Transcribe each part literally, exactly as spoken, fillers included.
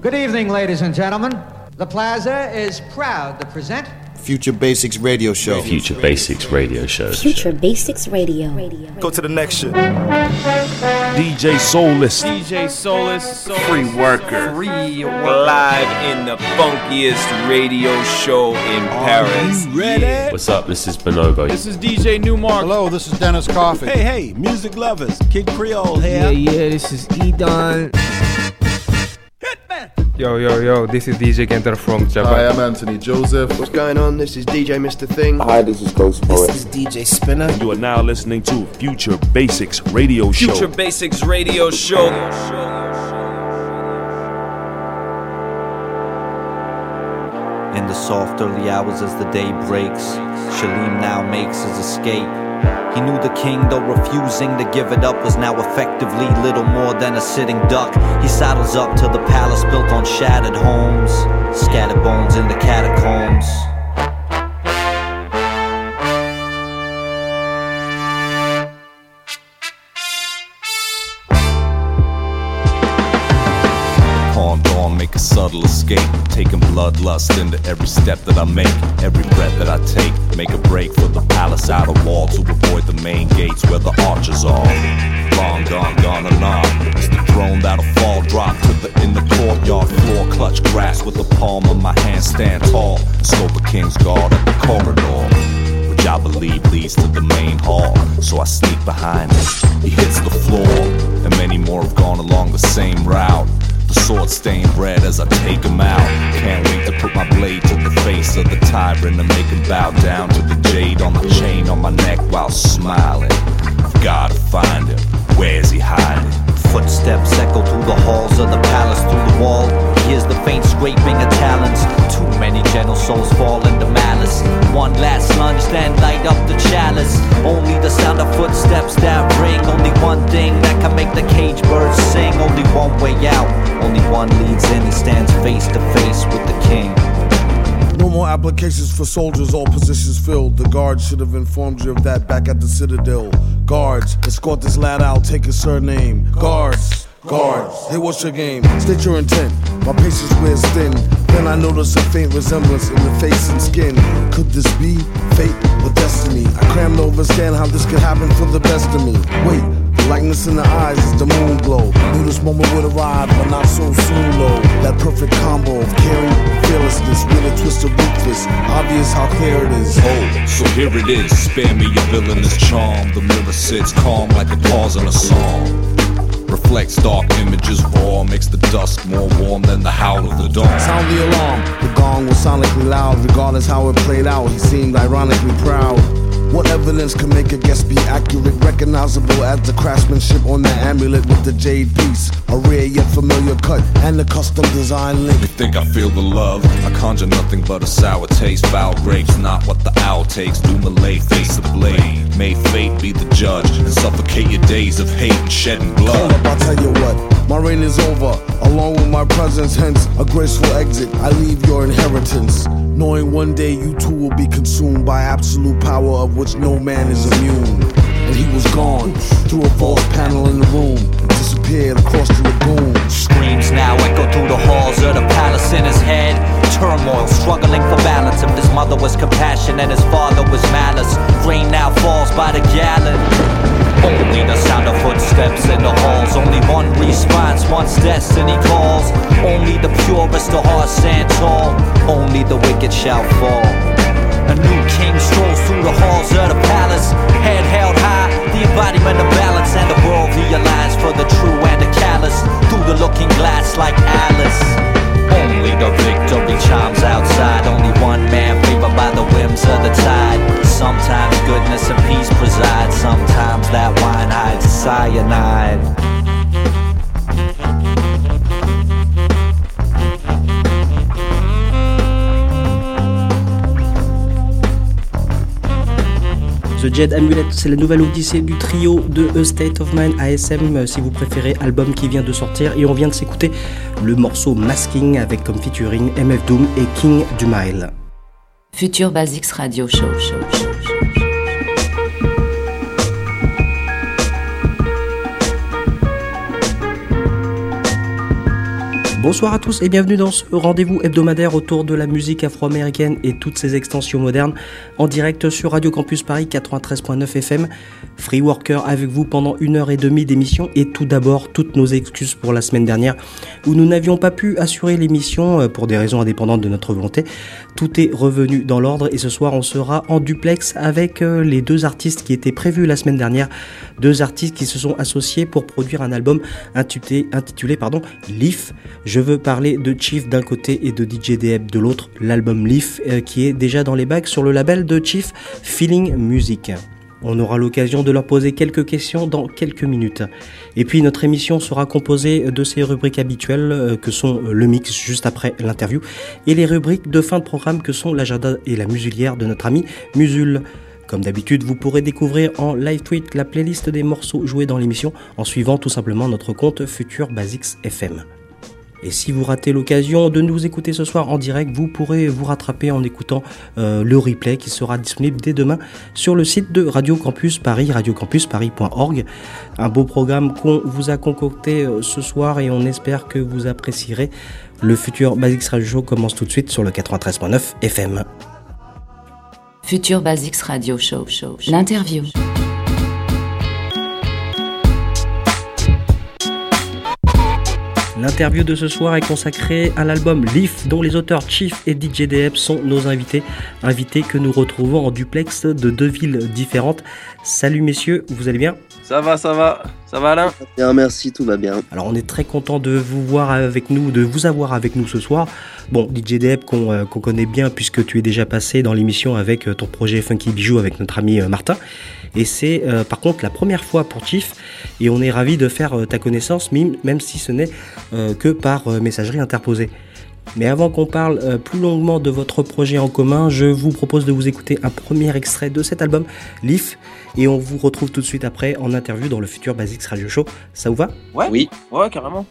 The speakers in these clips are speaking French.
Good evening, ladies and gentlemen. The Plaza is proud to present Future Basics Radio Show. Future Basics Radio Show. Future Basics Radio. Radio. Go to the next shit. D J Soulless. D J Soulless. Free worker. Free worker. Live in the funkiest radio show in Paris. You ready? Yeah. What's up? This is Bonobo. This is D J Newmark. Hello, this is Dennis Coffey. Hey, hey, music lovers. Kid Creole here. Yeah, yeah, this is Edon. Yo, yo, yo, this is D J Kenter from Japan. Hi, I'm Anthony Joseph. What's going on? This is D J Mister Thing. Hi, this is Ghost Poet. This is D J Spinner. You are now listening to Future Basics Radio Show. Future Basics Radio Show. In the soft early hours as the day breaks, Shalim now makes his escape. He knew the king, though refusing to give it up, was now effectively little more than a sitting duck. He saddles up to the palace built on shattered homes, scattered bones in the catacombs. Make a subtle escape, taking bloodlust into every step that I make, every breath that I take. Make a break for the palace outer wall to avoid the main gates where the archers are. Long gone, gone anon. It's the throne that'll fall, drop to the in the courtyard floor. Clutch grass with the palm of my hand, stand tall. Scope a king's guard at the corridor, which I believe leads to the main hall. So I sneak behind him. He hits the floor, and many more have gone along the same route. The sword-stained red as I take him out. Can't wait to put my blade to the face of the tyrant and make him bow down to the jade on the chain on my neck while smiling. I've gotta find him. Where's he hiding? Footsteps echo through the halls of the palace, through the wall. Here's the faint scraping of talons. Too many gentle souls fall into malice. One last lunge, then light up the chalice. Only the sound of footsteps that ring. Only one thing that can make the cage birds sing. Only one way out, only one leads in. He stands face to face with the king. No more applications for soldiers, all positions filled. The guards should have informed you of that back at the Citadel. Guards, escort this lad out, take his surname. Guards, guards, hey, what's your game? State your intent, my patience wears thin. Then I notice a faint resemblance in the face and skin. Could this be fate or destiny? I crammed to understand how this could happen for the best of me. Wait, the likeness in the eyes is the moon glow. Knew this moment would arrive, but not so soon, though. That perfect combo of caring, fearlessness, with a twist of ruthless. Obvious how clear it is. Oh, so here it is. Spare me your villainous charm. The mirror sits calm like a pause in a song. Reflects dark images raw, makes the dusk more warm than the howl of the dawn. Sound the alarm, the gong was sonically loud. Regardless how it played out, he seemed ironically proud. What evidence can make a guess be accurate, recognizable as the craftsmanship on that amulet with the jade piece, a rare yet familiar cut, and the custom design link. You think I feel the love? I conjure nothing but a sour taste. Foul grapes, not what the owl takes. Do Malay face the blade. May fate be the judge and suffocate your days of hate and shedding blood. Hold up, I'll tell you what, my reign is over, along with my presence, hence a graceful exit. I leave your inheritance, knowing one day you too will be consumed by absolute power of which no man is immune. And he was gone, through a false panel in the room, disappeared across the lagoon. Screams now echo through the halls of the palace in his head. Turmoil, struggling for balance. If his mother was compassion and his father was malice, rain now falls by the gallon. Only the sound of footsteps in the halls. Only one response, one's destiny calls. Only the purest of hearts stand tall. Only the wicked shall fall. A new king strolls through the halls of the palace, head held high, the embodiment of balance, and the world realigns for the true and the callous, through the looking glass like Alice. Only the victory chimes outside, only one man favored by the whims of the tide. Sometimes goodness and peace preside, sometimes that wine hides cyanide. The Jade Amulet, c'est la nouvelle odyssée du trio de A State of Mind, A S M si vous préférez, album qui vient de sortir, et on vient de s'écouter le morceau Masking avec comme featuring M F Doom et King Dumile. Future Basics Radio Show, show, show, show. Bonsoir à tous et bienvenue dans ce rendez-vous hebdomadaire autour de la musique afro-américaine et toutes ses extensions modernes en direct sur Radio Campus Paris quatre-vingt-treize virgule neuf F M. Free Worker avec vous pendant une heure et demie d'émission et tout d'abord toutes nos excuses pour la semaine dernière où nous n'avions pas pu assurer l'émission pour des raisons indépendantes de notre volonté. Tout est revenu dans l'ordre et ce soir on sera en duplex avec les deux artistes qui étaient prévus la semaine dernière, deux artistes qui se sont associés pour produire un album intitulé, intitulé pardon, Leaf. Je veux parler de Chief d'un côté et de D J D Ab de l'autre, l'album Leaf euh, qui est déjà dans les bacs sur le label de Chief, Feeling Music. On aura l'occasion de leur poser quelques questions dans quelques minutes. Et puis notre émission sera composée de ces rubriques habituelles euh, que sont le mix juste après l'interview et les rubriques de fin de programme que sont l'agenda et la musulière de notre ami Musul. Comme d'habitude, vous pourrez découvrir en live tweet la playlist des morceaux joués dans l'émission en suivant tout simplement notre compte Future Basics F M. Et si vous ratez l'occasion de nous écouter ce soir en direct, vous pourrez vous rattraper en écoutant euh, le replay qui sera disponible dès demain sur le site de Radio Campus Paris, radio campus paris point org. Un beau programme qu'on vous a concocté euh, ce soir et on espère que vous apprécierez. Le Future Basics Radio Show commence tout de suite sur le quatre-vingt-treize virgule neuf F M. Future Basics Radio Show, show, show. L'interview. L'interview de ce soir est consacrée à l'album Leaf, dont les auteurs Chief et D J D Ab sont nos invités, invités que nous retrouvons en duplex de deux villes différentes. Salut messieurs, vous allez bien ? Ça va, ça va, ça va Alain ? Bien, merci, tout va bien. Alors on est très content de vous voir avec nous, de vous avoir avec nous ce soir. Bon, D J D Ab qu'on, euh, qu'on connaît bien puisque tu es déjà passé dans l'émission avec ton projet Funky Bijou avec notre ami euh, Martin. Et c'est euh, par contre la première fois pour Chief et on est ravis de faire euh, ta connaissance, même si ce n'est euh, que par euh, messagerie interposée. Mais avant qu'on parle euh, plus longuement de votre projet en commun, je vous propose de vous écouter un premier extrait de cet album, Leaf, et on vous retrouve tout de suite après en interview dans le Future Basics Radio Show. Ça vous va ? Ouais, oui, ouais, carrément.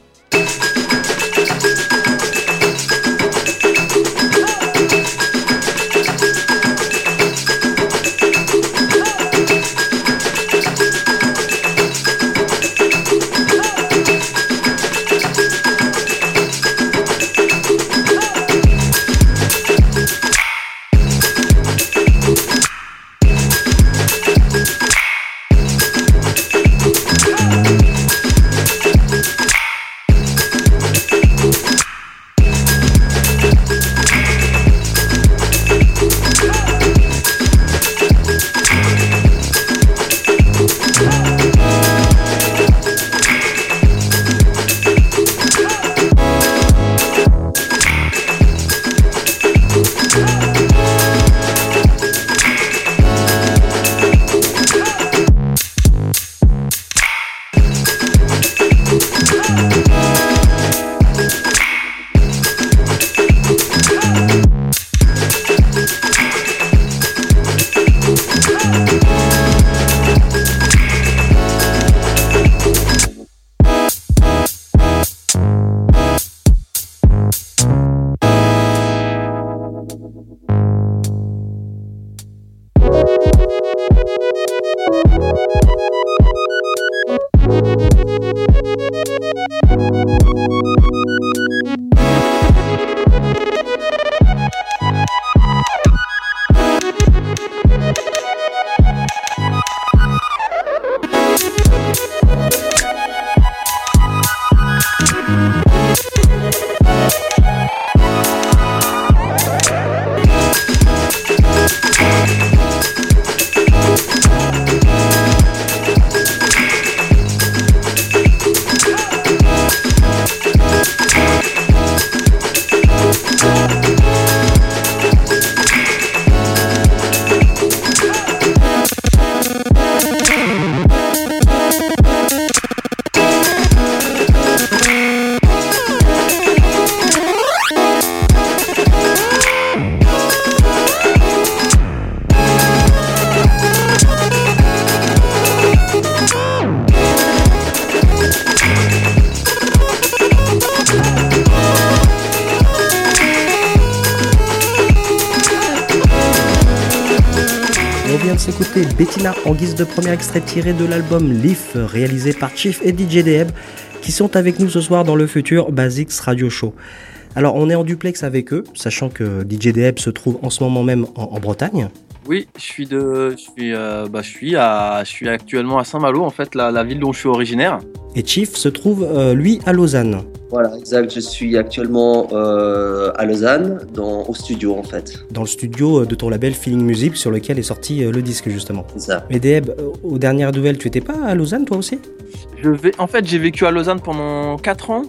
Bettina en guise de premier extrait tiré de l'album Leaf réalisé par Chief et D J D Ab qui sont avec nous ce soir dans le Future Basics Radio Show. Alors on est en duplex avec eux, sachant que D J Deb se trouve en ce moment même en, en Bretagne. Oui, je suis de, je suis, euh, bah, je suis à, je suis actuellement à Saint-Malo, en fait, la, la ville dont je suis originaire. Et Chief se trouve, euh, lui, à Lausanne. Voilà, exact. Je suis actuellement euh, à Lausanne, dans, au studio, en fait. Dans le studio de ton label Feeling Music, sur lequel est sorti euh, le disque, justement. C'est ça. Mais Deb, euh, aux dernières nouvelles, tu étais pas à Lausanne, toi aussi ? Je vais, en fait, j'ai vécu à Lausanne pendant quatre ans.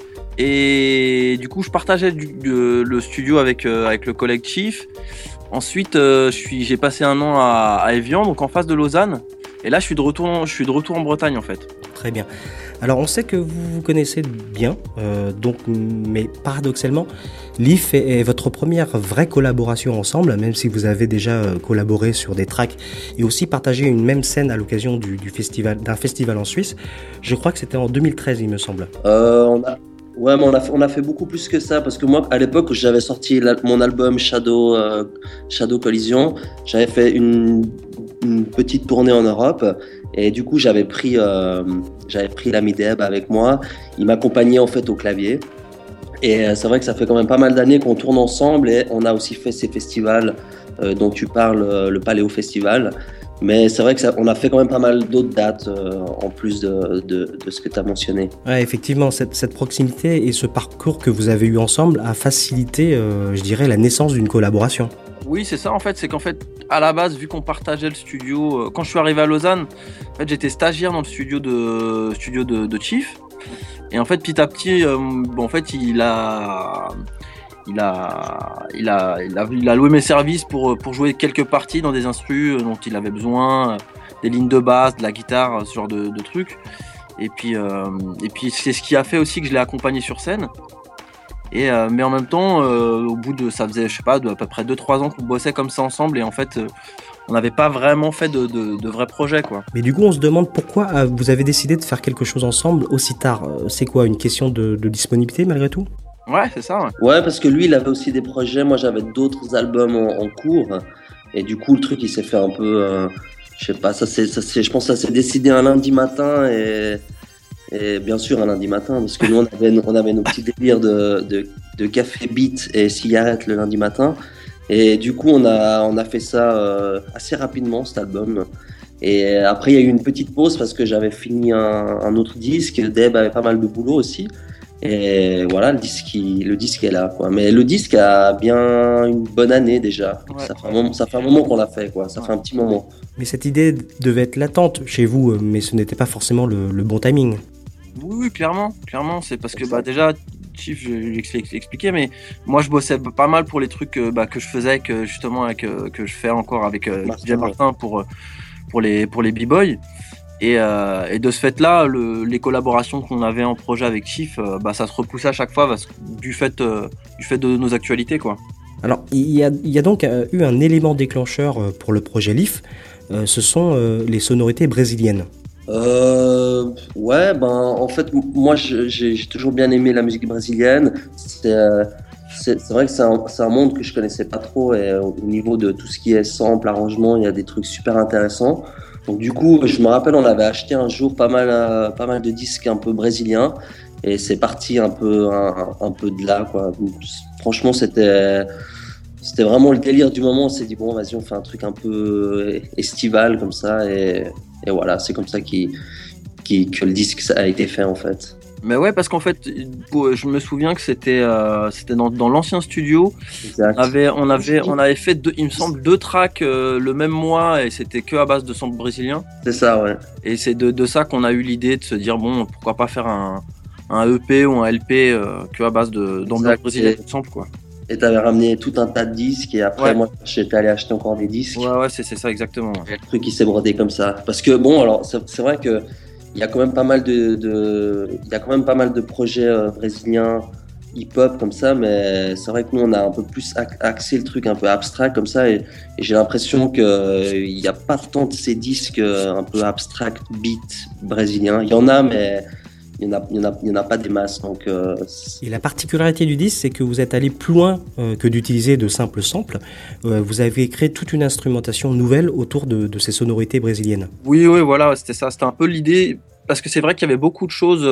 Et du coup, je partageais du, de, le studio avec, euh, avec le collègue Chief. Ensuite, euh, je suis, j'ai passé un an à, à Évian, donc en face de Lausanne. Et là, je suis de retour, je suis de retour en Bretagne, en fait. Très bien. Alors, on sait que vous vous connaissez bien, euh, donc, mais paradoxalement, L I F est, est votre première vraie collaboration ensemble, même si vous avez déjà collaboré sur des tracks et aussi partagé une même scène à l'occasion du, du festival, d'un festival en Suisse. Je crois que c'était en deux mille treize, il me semble. Euh, on a... Ouais, mais on a, fait, on a fait beaucoup plus que ça, parce que moi, à l'époque, j'avais sorti la, mon album Shadow, euh, Shadow Collision, j'avais fait une, une petite tournée en Europe, et du coup, j'avais pris, euh, j'avais pris l'ami Deb avec moi, il m'accompagnait en fait au clavier, et euh, c'est vrai que ça fait quand même pas mal d'années qu'on tourne ensemble, et on a aussi fait ces festivals euh, dont tu parles, euh, le Paléo Festival. Mais c'est vrai que ça, on a fait quand même pas mal d'autres dates euh, en plus de, de, de ce que tu as mentionné. Ouais, effectivement, cette, cette proximité et ce parcours que vous avez eu ensemble a facilité, euh, je dirais, la naissance d'une collaboration. Oui, c'est ça en fait, c'est qu'en fait, à la base, vu qu'on partageait le studio, euh, quand je suis arrivé à Lausanne, en fait, j'étais stagiaire dans le studio de, studio de, de Chief. Et en fait, petit à petit, euh, bon, en fait, il a... Il a, il, a, il, a, il a loué mes services pour, pour jouer quelques parties dans des instrus dont il avait besoin, des lignes de basse, de la guitare, ce genre de, de trucs. Et puis, euh, et puis c'est ce qui a fait aussi que je l'ai accompagné sur scène. Et, euh, mais en même temps, euh, au bout de, ça faisait, je sais pas, de, à peu près deux trois ans qu'on bossait comme ça ensemble. Et en fait, euh, on n'avait pas vraiment fait de, de, de vrais projets, quoi. Mais du coup, on se demande pourquoi euh, vous avez décidé de faire quelque chose ensemble aussi tard. C'est quoi, une question de, de disponibilité malgré tout ? Ouais, c'est ça. Ouais. ouais, parce que lui, il avait aussi des projets. Moi, j'avais d'autres albums en, en cours. Et du coup, le truc, il s'est fait un peu... Euh, je sais pas, ça c'est, ça c'est, je pense que ça s'est décidé un lundi matin. Et, et bien sûr, un lundi matin. Parce que nous, on avait, on avait nos petits délires de, de, de café, beat et cigarette le lundi matin. Et du coup, on a, on a fait ça euh, assez rapidement, cet album. Et après, il y a eu une petite pause parce que j'avais fini un, un autre disque. Deb avait pas mal de boulot aussi. Et voilà, le disque, il, le disque est là, quoi. Mais le disque a bien une bonne année déjà. Ouais. Ça fait un moment, ça fait un moment qu'on l'a fait, quoi. Ça ouais. fait un petit moment. Mais cette idée devait être latente chez vous, mais ce n'était pas forcément le, le bon timing. Oui, oui, clairement, clairement. C'est parce que bah déjà, Chief, je l'ai expliqué, mais moi je bossais pas mal pour les trucs bah, que je faisais, avec, justement, avec, que je fais encore avec euh, D J Martin pour pour les pour les b-boys. Et, euh, et de ce fait-là, le, les collaborations qu'on avait en projet avec Chief, euh, bah, ça se repoussait à chaque fois parce, du, fait, euh, du fait de nos actualités, quoi. Alors, il y a, il y a donc euh, eu un élément déclencheur euh, pour le projet L I F, euh, ce sont euh, les sonorités brésiliennes. Euh, ouais, ben en fait, moi j'ai, j'ai toujours bien aimé la musique brésilienne. C'est, euh, c'est, c'est vrai que c'est un, c'est un monde que je connaissais pas trop et euh, au niveau de tout ce qui est sample, arrangement, il y a des trucs super intéressants. Donc du coup, je me rappelle, on avait acheté un jour pas mal, euh, pas mal de disques un peu brésiliens et c'est parti un peu, un, un peu de là, quoi. Donc, franchement, c'était, c'était vraiment le délire du moment. On s'est dit bon, vas-y, on fait un truc un peu estival comme ça et, et voilà, c'est comme ça qui, qui, que le disque a été fait en fait. Mais ouais, parce qu'en fait, je me souviens que c'était, euh, c'était dans, dans l'ancien studio. Exact. On avait, on avait, on avait fait, deux, il me semble, deux tracks euh, le même mois et c'était que à base de samples brésiliens. C'est ça, ouais. Et c'est de, de ça qu'on a eu l'idée de se dire, bon, pourquoi pas faire un, un E P ou un L P euh, que à base de, d'ambiance brésilienne de samples, quoi. Et t'avais ramené tout un tas de disques et après, ouais. moi, j'étais allé acheter encore des disques. Ouais, ouais, c'est, c'est ça, exactement. Ouais. Et le truc qui s'est brodé comme ça. Parce que, bon, alors, c'est, c'est vrai que il y a quand même pas mal de, de il y a quand même pas mal de projets euh, brésiliens hip-hop comme ça, mais c'est vrai que nous on a un peu plus axé le truc un peu abstrait comme ça et, et j'ai l'impression que euh, il n'y a pas tant de ces disques euh, un peu abstract beat brésiliens. Il y en a, mais il n'y en, en, en a pas des masses. Donc, euh, et la particularité du disque, c'est que vous êtes allé plus loin euh, que d'utiliser de simples samples. Euh, vous avez créé toute une instrumentation nouvelle autour de, de ces sonorités brésiliennes. Oui, oui, voilà, c'était ça. C'était un peu l'idée, parce que c'est vrai qu'il y avait beaucoup de choses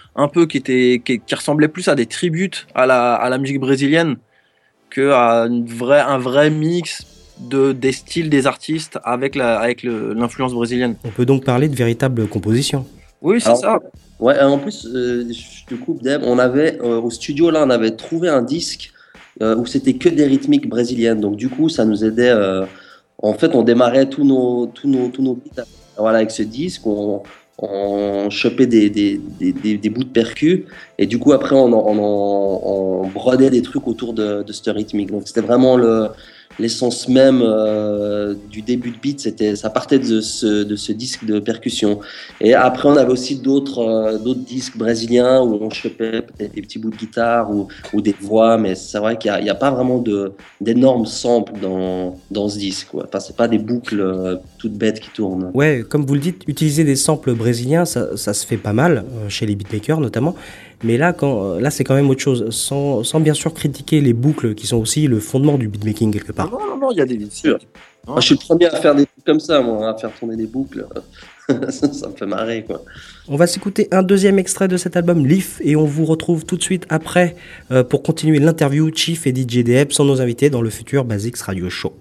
un peu qui était qui, qui ressemblait plus à des tributes à la à la musique brésilienne que à une vraie un vrai mix de des styles des artistes avec la avec le, l'influence brésilienne. On peut donc parler de véritable composition. Oui, c'est Alors, ça. Ouais, en plus, euh, je te coupe, Deb, on avait euh, au studio là, on avait trouvé un disque euh, où c'était que des rythmiques brésiliennes. Donc du coup, ça nous aidait. Euh, en fait, on démarrait tous nos tous nos tous nos beats. Voilà, avec ce disque, on, on chopait des, des, des, des, des bouts de percus et du coup après on, on, on, on brodait des trucs autour de, de cette rythmique. Donc c'était vraiment le, l'essence même euh, du début de beat, c'était, ça partait de ce, de ce disque de percussion. Et après on avait aussi d'autres, euh, d'autres disques brésiliens où on chopait peut-être des petits bouts de guitare ou, ou des voix, mais c'est vrai qu'il n'y a, a pas vraiment de, d'énormes samples dans, dans ce disque, quoi. Enfin, c'est pas des boucles euh, toutes bêtes qui tournent. Ouais, comme vous le dites, utiliser des samples brésiliens, ça, ça se fait pas mal, euh, chez les beatmakers notamment. Mais là, quand, là, c'est quand même autre chose, sans, sans bien sûr critiquer les boucles qui sont aussi le fondement du beatmaking quelque part. Non, non, non, il y a des beats. Sûr. Moi, je suis le premier à faire des trucs comme ça, moi, à faire tourner des boucles. ça, ça me fait marrer, quoi. On va s'écouter un deuxième extrait de cet album, Leaf, et on vous retrouve tout de suite après euh, pour continuer l'interview. Chief et D J Deb sont nos invités dans le futur Basics Radio Show.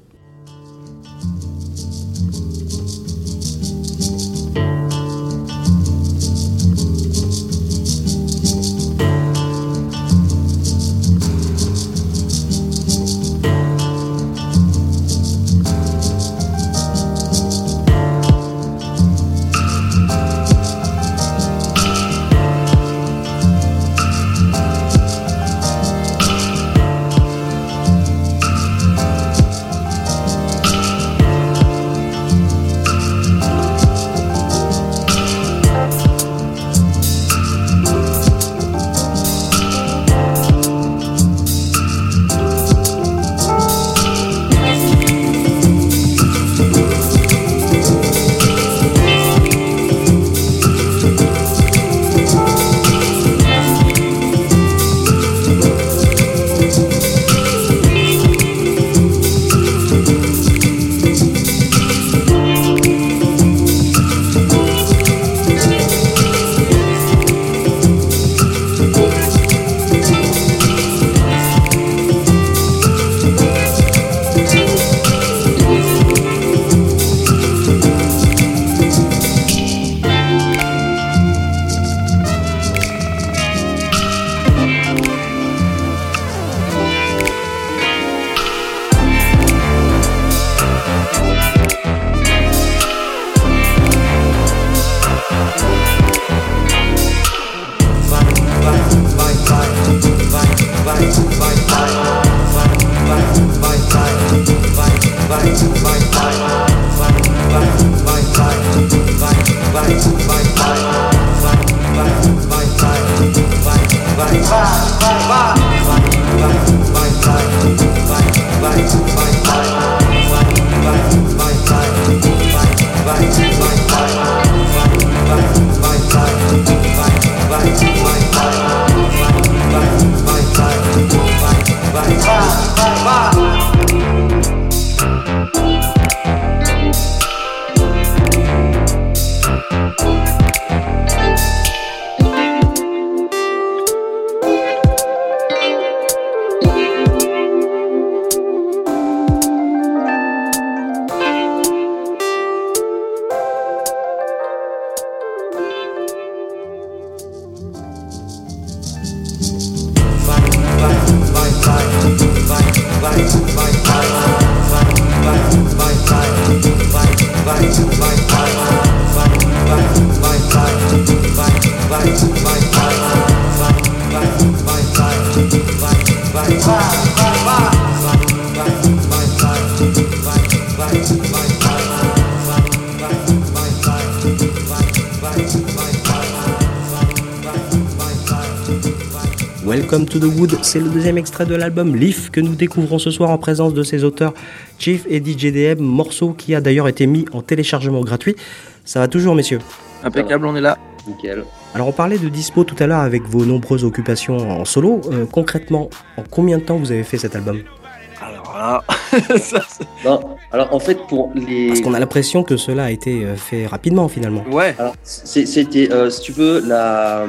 Welcome to the Wood, c'est le deuxième extrait de l'album Leaf que nous découvrons ce soir en présence de ses auteurs Chief et D J D M, morceau qui a d'ailleurs été mis en téléchargement gratuit. Ça va toujours, messieurs? Impeccable, on est là. Nickel. Alors on parlait de dispo tout à l'heure avec vos nombreuses occupations en solo. Euh, concrètement, en combien de temps vous avez fait cet album? Alors Voilà. Ça, non, alors en fait, pour les. Parce qu'on a l'impression que cela a été fait rapidement finalement. Ouais. Alors, c'était, euh, si tu veux, la...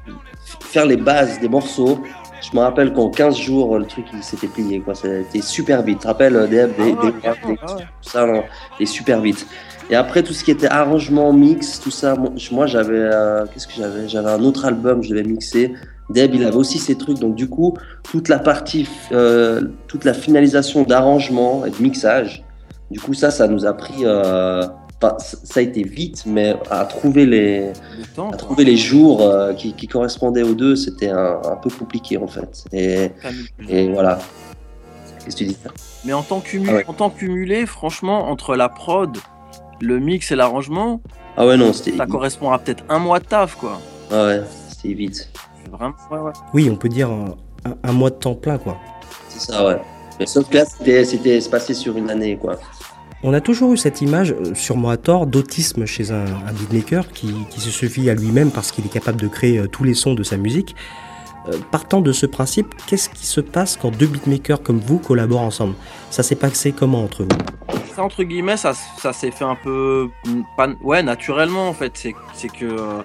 faire les bases des morceaux. Je me rappelle qu'en quinze jours, le truc il s'était plié, quoi. C'était super vite. Tu te rappelles des, des, ah ouais, des, carrément, des, ah ouais. tout ça, non, et super vite. Et après, tout ce qui était arrangement, mix, tout ça, moi j'avais. Euh, qu'est-ce que j'avais J'avais un autre album, je devais mixer. Deb, il avait aussi ses trucs. Donc, du coup, toute la partie, euh, toute la finalisation d'arrangement et de mixage, du coup, ça, ça nous a pris. Euh, Enfin, ça a été vite, mais à trouver les, temps, à trouver les jours euh, qui, qui correspondaient aux deux, c'était un, un peu compliqué en fait. Et, et voilà. Qu'est-ce que tu dis? Mais en temps, cumulé, ah ouais. en temps cumulé, franchement, entre la prod, le mix et l'arrangement, ah ouais, non, c'était ça vite. correspond à peut-être un mois de taf, quoi. Ah ouais, c'était vite. Vraiment, ouais, ouais. Oui, on peut dire un, un, un mois de temps plein, quoi. C'est ça, ouais. Mais sauf que là, c'était, c'était passé sur une année, quoi. On a toujours eu cette image, sûrement à tort, d'autisme chez un, un beatmaker qui, qui se suffit à lui-même parce qu'il est capable de créer euh, tous les sons de sa musique. Euh, partant de ce principe, qu'est-ce qui se passe quand deux beatmakers comme vous collaborent ensemble? Ça s'est passé comment entre vous? Ça, entre guillemets, ça, ça s'est fait un peu... Pas, ouais, naturellement, en fait. C'est, c'est que... Euh,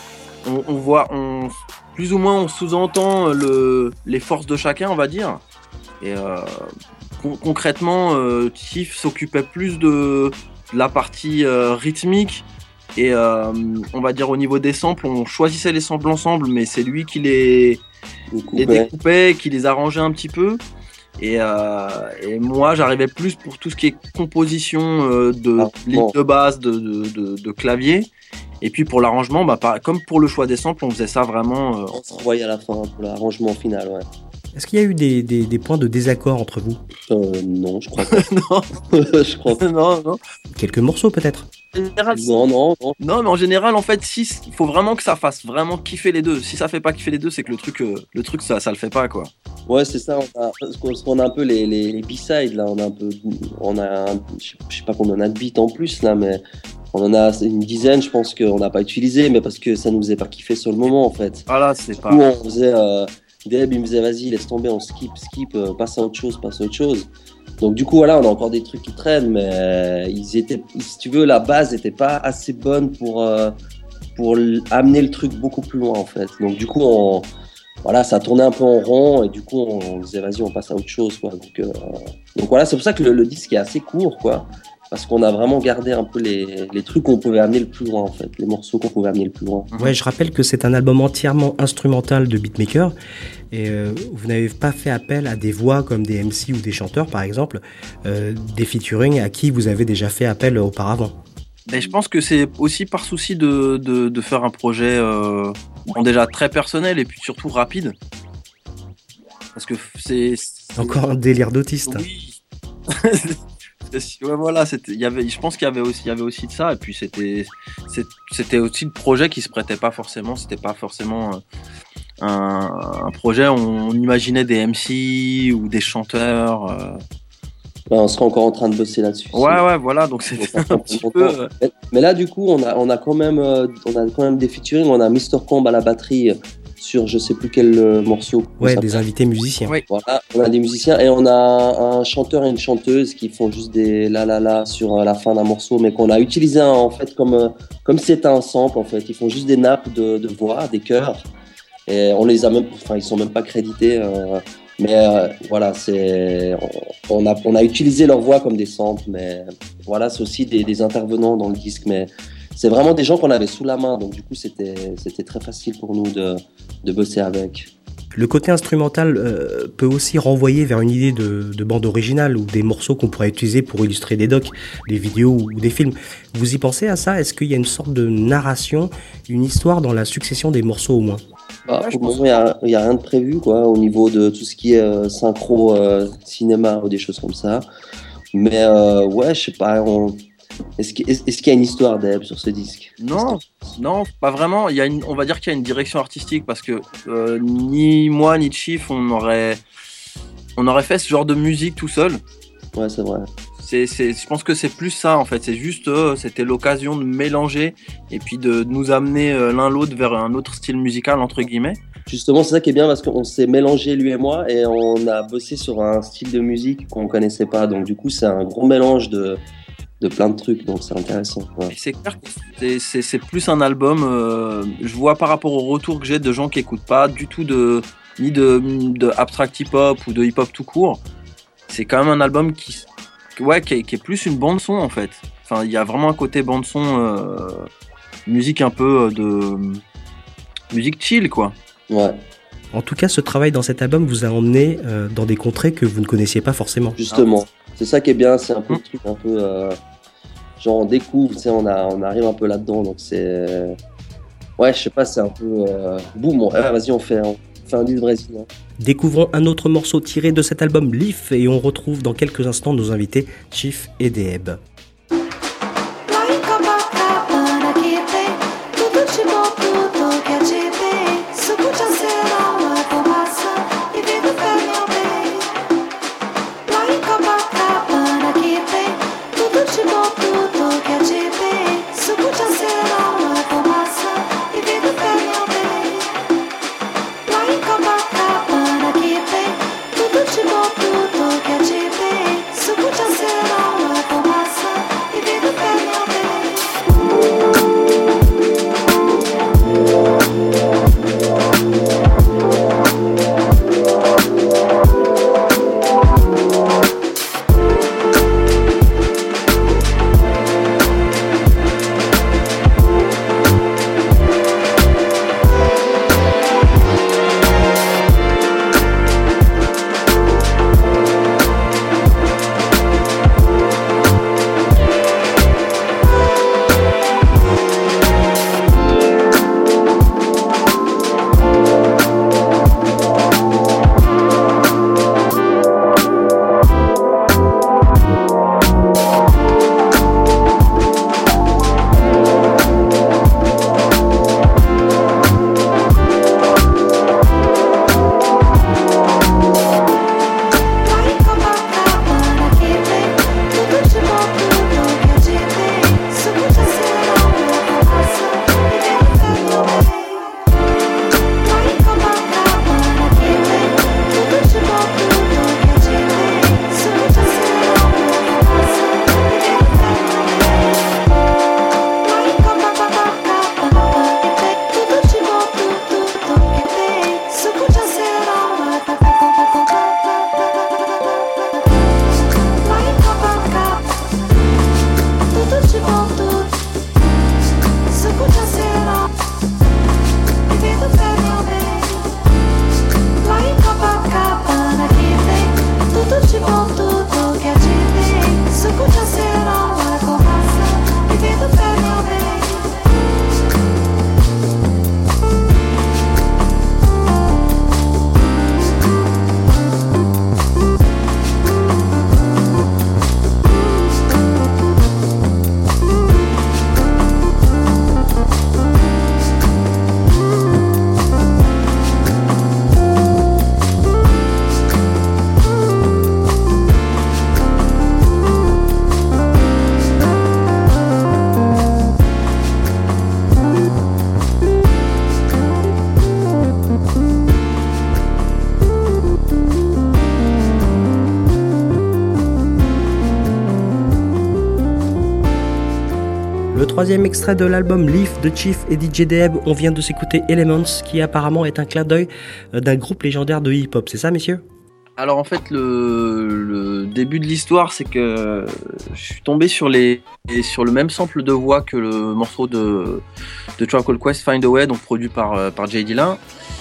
on, on voit... On, plus ou moins, on sous-entend le, les forces de chacun, on va dire. Et... Euh, concrètement, euh, Chief s'occupait plus de, de la partie euh, rythmique et euh, on va dire au niveau des samples, on choisissait les samples ensemble, mais c'est lui qui les, les découpait, qui les arrangeait un petit peu. Et, euh, et moi, j'arrivais plus pour tout ce qui est composition euh, de ah, ligne bon. de base, de, de, de, de clavier. Et puis pour l'arrangement, bah, par, comme pour le choix des samples, on faisait ça vraiment. Euh, on se revoyait à la fin pour l'arrangement final, ouais. Est-ce qu'il y a eu des, des, des points de désaccord entre vous? euh, Non, je crois pas. non. je crois pas. Non, non. Quelques morceaux peut-être? Général, non, non, non. Non, mais en général, en fait, si, il faut vraiment que ça fasse vraiment kiffer les deux. Si ça fait pas kiffer les deux, c'est que le truc, euh, le truc, ça, ça le fait pas, quoi. Ouais, c'est ça. On a, parce qu'on a un peu les, les, les B-sides là. On a un peu, on a, un, je sais pas combien on a de beats en plus là, mais on en a une dizaine. Je pense qu'on n'a pas utilisé, mais parce que ça nous faisait pas kiffer sur le moment, en fait. Voilà, c'est pas. Où on faisait. Euh, Deb, il me disait vas-y, laisse tomber, on skip, skip, euh, passe à autre chose, passe à autre chose. Donc du coup, voilà, on a encore des trucs qui traînent, mais euh, ils étaient, si tu veux, la base n'était pas assez bonne pour, euh, pour amener le truc beaucoup plus loin, en fait. Donc du coup, on, voilà, ça tournait un peu en rond, et du coup, on, on disait vas-y, on passe à autre chose, quoi. Donc, euh, donc voilà, c'est pour ça que le, le disque est assez court, quoi. Parce qu'on a vraiment gardé un peu les, les trucs qu'on pouvait amener le plus loin, en fait. Les morceaux qu'on pouvait amener le plus loin. Ouais, je rappelle que c'est un album entièrement instrumental de beatmaker. Et euh, vous n'avez pas fait appel à des voix comme des M C ou des chanteurs, par exemple. Euh, des featuring à qui vous avez déjà fait appel auparavant. Mais je pense que c'est aussi par souci de, de, de faire un projet euh, bon, déjà très personnel et puis surtout rapide. Parce que c'est... c'est... Encore un délire d'autiste. Oui. Ouais, voilà, c'était, y avait, je pense qu'il y avait aussi, il y avait aussi de ça, et puis c'était, c'était aussi le projet qui se prêtait pas forcément, c'était pas forcément un, un projet où on imaginait des M C ou des chanteurs. Euh... Ouais, on serait encore en train de bosser là-dessus. Ouais, c'est... ouais, voilà, donc c'était un petit peu. Euh... Mais, mais là, du coup, on a, on a quand même, euh, on a quand même des featuring. On a mister Comb à la batterie. Sur je sais plus quel euh, morceau. Ouais, des invités musiciens. Oui. Voilà, on a des musiciens et on a un chanteur et une chanteuse qui font juste des la la la sur euh, la fin d'un morceau, mais qu'on a utilisé hein, en fait comme euh, comme si c'était un sample en fait. Ils font juste des nappes de, de voix, des chœurs et on les a même, enfin ils sont même pas crédités, euh, mais euh, voilà c'est on a on a utilisé leur voix comme des samples, mais voilà c'est aussi des, des intervenants dans le disque, mais c'est vraiment des gens qu'on avait sous la main, donc du coup c'était, c'était très facile pour nous de, de bosser avec. Le côté instrumental euh, peut aussi renvoyer vers une idée de, de bande originale ou des morceaux qu'on pourrait utiliser pour illustrer des docs, des vidéos ou des films. Vous y pensez à ça? Est-ce qu'il y a une sorte de narration, une histoire dans la succession des morceaux au moins? Bah, pour le moment, il n'y a, a rien de prévu quoi, au niveau de tout ce qui est euh, synchro, euh, cinéma ou des choses comme ça. Mais euh, ouais, je sais pas, on... Est-ce qu'il, est-ce qu'il y a une histoire d'Eb sur ce disque? Non, non, pas vraiment. Il y a une, on va dire qu'il y a une direction artistique parce que euh, ni moi ni Chief on aurait, on aurait fait ce genre de musique tout seul. Ouais, c'est vrai. C'est, c'est, je pense que c'est plus ça en fait, c'est juste, euh, c'était l'occasion de mélanger et puis de, de nous amener euh, l'un l'autre vers un autre style musical entre guillemets. Justement, c'est ça qui est bien parce qu'on s'est mélangé lui et moi et on a bossé sur un style de musique qu'on connaissait pas, donc du coup c'est un gros mélange de, de plein de trucs, donc c'est intéressant. Ouais. C'est clair que c'est, c'est, c'est plus un album, euh, je vois par rapport au retour que j'ai de gens qui écoutent pas du tout de, ni de, de abstract hip-hop ou de hip-hop tout court, c'est quand même un album qui... Ouais, qui est, qui est plus une bande son en fait. Enfin, il y a vraiment un côté bande son, euh, musique un peu de musique chill quoi. Ouais. En tout cas, ce travail dans cet album vous a emmené euh, dans des contrées que vous ne connaissiez pas forcément. Justement, c'est ça qui est bien, c'est un peu le truc un peu euh, genre on découvre, tu sais, on a, on arrive un peu là-dedans, donc c'est ouais, je sais pas, c'est un peu euh... boum, on... ah, vas-y, on fait, on fait un disque brésilien. Découvrons un autre morceau tiré de cet album Leaf et on retrouve dans quelques instants nos invités Chief et Deb. Troisième extrait de l'album Leaf de Chief et D J Deb, on vient de s'écouter Elements, qui apparemment est un clin d'œil d'un groupe légendaire de hip-hop, c'est ça messieurs ? Alors en fait le, le début de l'histoire c'est que je suis tombé sur, les, sur le même sample de voix que le morceau de, de Tribe Called Quest Find a Way, donc produit par, par Jay Dilla.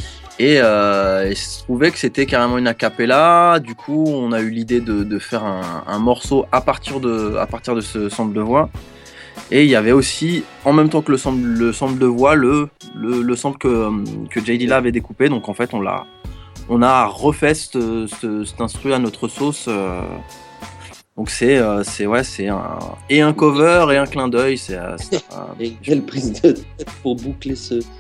Et euh, il se trouvait que c'était carrément une a cappella, du coup on a eu l'idée de, de faire un, un morceau à partir de, à partir de ce sample de voix. Et il y avait aussi, en même temps que le sample, le sample de voix, le, le, le sample que, que Jay Dilla avait découpé. Donc en fait, on, l'a, on a refait ce, ce, cet instru à notre sauce. Euh, donc c'est, euh, c'est, ouais, c'est un, et un cover et un clin d'œil. C'est, c'est, euh, et quelle prise de tête pour boucler ce,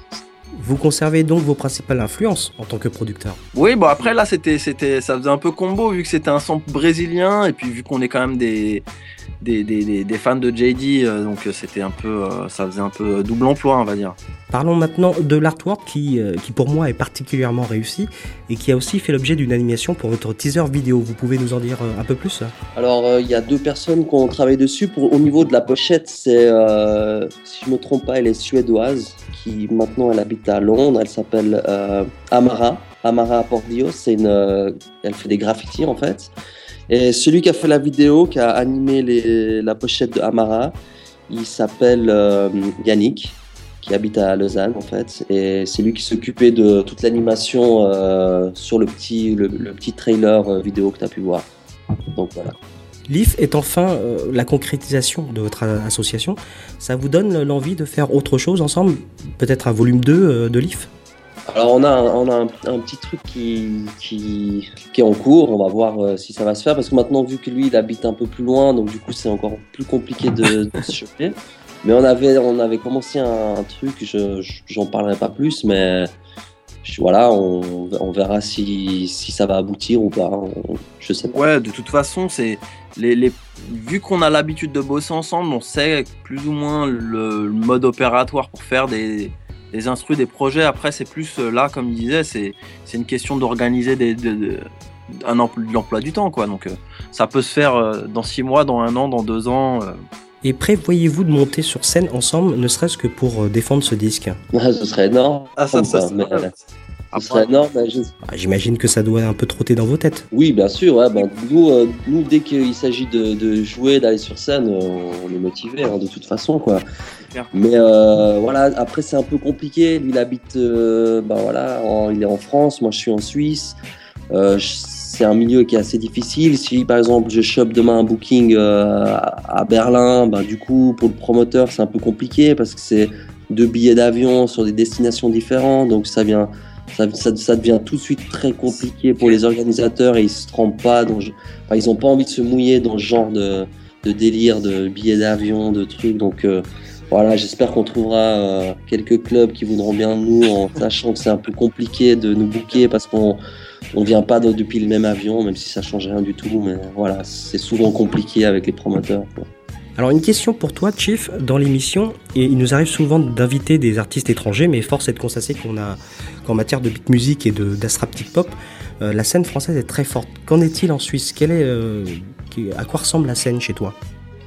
Vous conservez donc vos principales influences en tant que producteur? Oui, bon après là c'était, c'était, ça faisait un peu combo vu que c'était un sample brésilien et puis vu qu'on est quand même des, des, des, des, des fans de J D, euh, donc c'était un peu, euh, ça faisait un peu double emploi on va dire. Parlons maintenant de l'artwork qui, euh, qui pour moi est particulièrement réussi et qui a aussi fait l'objet d'une animation pour votre teaser vidéo. Vous pouvez nous en dire euh, un peu plus? Alors il euh, y a deux personnes qui ont travaillé dessus. Pour, au niveau de la pochette, c'est, euh, si je me trompe pas, elle est suédoise. Qui maintenant elle habite à Londres, elle s'appelle euh, Amara, Amara Pordios, c'est une, euh, elle fait des graffitis en fait. Et celui qui a fait la vidéo, qui a animé les, la pochette de Amara, il s'appelle euh, Yannick, qui habite à Lausanne en fait. Et c'est lui qui s'occupait de toute l'animation euh, sur le petit, le, le petit trailer euh, vidéo que tu as pu voir. Donc voilà. L'I F est enfin euh, la concrétisation de votre association. Ça vous donne l'envie de faire autre chose ensemble? Peut-être un volume deux euh, de l'I F? Alors on a, un, on a un, un petit truc qui, qui, qui est en cours, on va voir euh, si ça va se faire, parce que maintenant vu que lui il habite un peu plus loin, donc du coup c'est encore plus compliqué de, de se choper. Mais on avait, on avait commencé un, un truc, je, je, j'en parlerai pas plus, mais je, voilà, on, on verra si, si ça va aboutir ou pas, on, je sais pas. Ouais, de toute façon, c'est les, les, vu qu'on a l'habitude de bosser ensemble, on sait plus ou moins le, le mode opératoire pour faire des, des instrus, des projets. Après, c'est plus là, comme il disait, c'est, c'est une question d'organiser des, de, de, un emploi, l'emploi du temps, quoi. Donc, euh, ça peut se faire euh, dans six mois, dans un an, dans deux ans. Euh. Et prévoyez-vous de monter sur scène ensemble, ne serait-ce que pour euh, défendre ce disque? Ah, ce serait énorme. Ah, ça, ça, ça, ça, mais, ça, ça, ce serait énorme. Je... Ah, j'imagine que ça doit un peu trotter dans vos têtes. Oui, bien sûr. Ouais, ben, nous, euh, nous, dès qu'il s'agit de, de jouer, d'aller sur scène, euh, on est motivés hein, de toute façon, quoi. Mais euh, voilà, après c'est un peu compliqué. Lui, il habite, euh, ben voilà, en, il est en France. Moi, je suis en Suisse. Euh, je, c'est un milieu qui est assez difficile. Si par exemple je chope demain un booking euh, à, à Berlin, ben, du coup pour le promoteur c'est un peu compliqué parce que c'est deux billets d'avion sur des destinations différentes, donc ça vient. Ça, ça, ça devient tout de suite très compliqué pour les organisateurs et ils se trompent pas. Dans, enfin, ils n'ont pas envie de se mouiller dans ce genre de, de délire, de billets d'avion, de trucs. Donc euh, voilà, j'espère qu'on trouvera euh, quelques clubs qui voudront bien de nous en sachant que c'est un peu compliqué de nous booker parce qu'on ne vient pas de, depuis le même avion, même si ça ne change rien du tout. Mais voilà, c'est souvent compliqué avec les promoteurs, quoi. Alors une question pour toi, Chief, dans l'émission, et il nous arrive souvent d'inviter des artistes étrangers, mais force est de constater qu'on a, qu'en matière de beat music et de d'astral-beat pop, euh, la scène française est très forte. Qu'en est-il en Suisse? Quelle est, euh, à quoi ressemble la scène chez toi?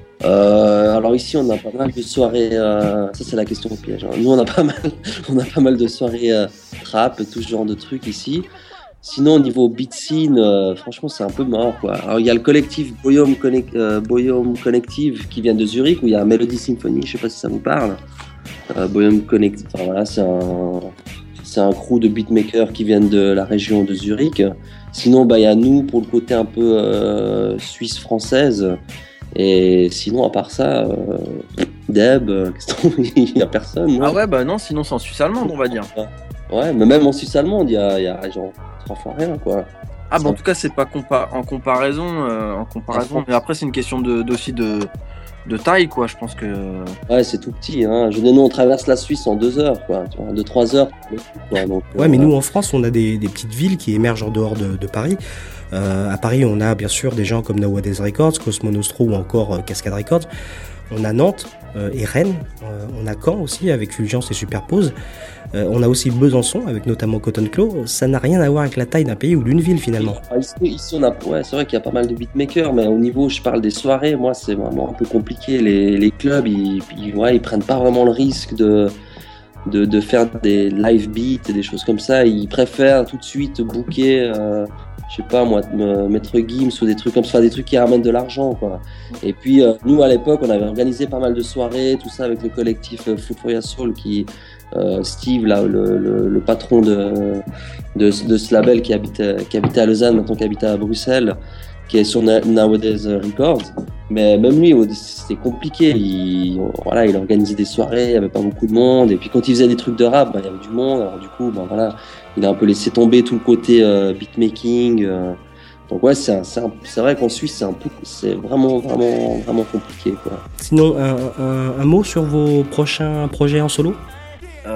euh, Alors ici, on a pas mal de soirées. Euh, ça, c'est la question au piège. Hein. Nous, on a pas mal, on a pas mal de soirées euh, trap, tout ce genre de trucs ici. Sinon, au niveau beat scene, euh, franchement, c'est un peu mort, quoi. Alors, il y a le collectif Boyum, Connect, euh, Boyum Collective qui vient de Zurich, où il y a Melody Symphony, je sais pas si ça vous parle. Euh, Boyum Connect, enfin voilà, c'est un, c'est un crew de beatmakers qui viennent de la région de Zurich. Sinon, bah, il y a nous pour le côté un peu euh, suisse-française. Et sinon, à part ça, euh, Deb, il y a personne. Ah ouais, bah non, sinon c'est en Suisse allemande, on va dire. Ouais, mais même en Suisse allemande, il y a, il y a genre trois fois rien, quoi. Ah, bah en tout cas, c'est pas compa- en comparaison, euh, en comparaison. Mais après, c'est une question de, d'aussi de, de taille, quoi. Je pense que. Ouais, c'est tout petit, hein. Je nous, on traverse la Suisse en deux heures, quoi. Tu vois, deux, trois heures. Quoi, donc, ouais, euh, mais nous, en France, on a des, des petites villes qui émergent en dehors de, de Paris. Euh, à Paris, on a bien sûr des gens comme Nowadays Records, Cosmo Nostro ou encore euh, Cascade Records. On a Nantes euh, et Rennes, euh, on a Caen aussi avec Fulgence et Superpose, euh, on a aussi Besançon avec notamment Cotton Cloth. Ça n'a rien à voir avec la taille d'un pays ou d'une ville finalement. Ici, ici on a, ouais, c'est vrai qu'il y a pas mal de beatmakers, mais au niveau, je parle des soirées, moi c'est vraiment un peu compliqué. Les, les clubs, ils, ils, ouais, ils prennent pas vraiment le risque de, de, de faire des live beats et des choses comme ça. Ils préfèrent tout de suite booker. Euh, je sais pas moi, Maître Gims ou des trucs comme ça, des trucs qui ramènent de l'argent, quoi. Et puis euh, nous à l'époque on avait organisé pas mal de soirées, tout ça avec le collectif euh, Food for Your Soul, qui euh, Steve là, le, le, le patron de, de, de ce label qui habitait, qui habitait à Lausanne, maintenant qui habite à Bruxelles, qui est sur Nowadays Records. Mais même lui c'était compliqué, il, voilà, il organisait des soirées, il y avait pas beaucoup de monde, et puis quand il faisait des trucs de rap, bah, il y avait du monde, alors du coup bah, voilà, il a un peu laissé tomber tout le côté euh, beatmaking. Euh. Donc ouais, c'est, un, c'est, un, c'est vrai qu'en Suisse, c'est un peu, c'est vraiment, vraiment, vraiment compliqué, quoi. Sinon, un, un, un mot sur vos prochains projets en solo ? euh,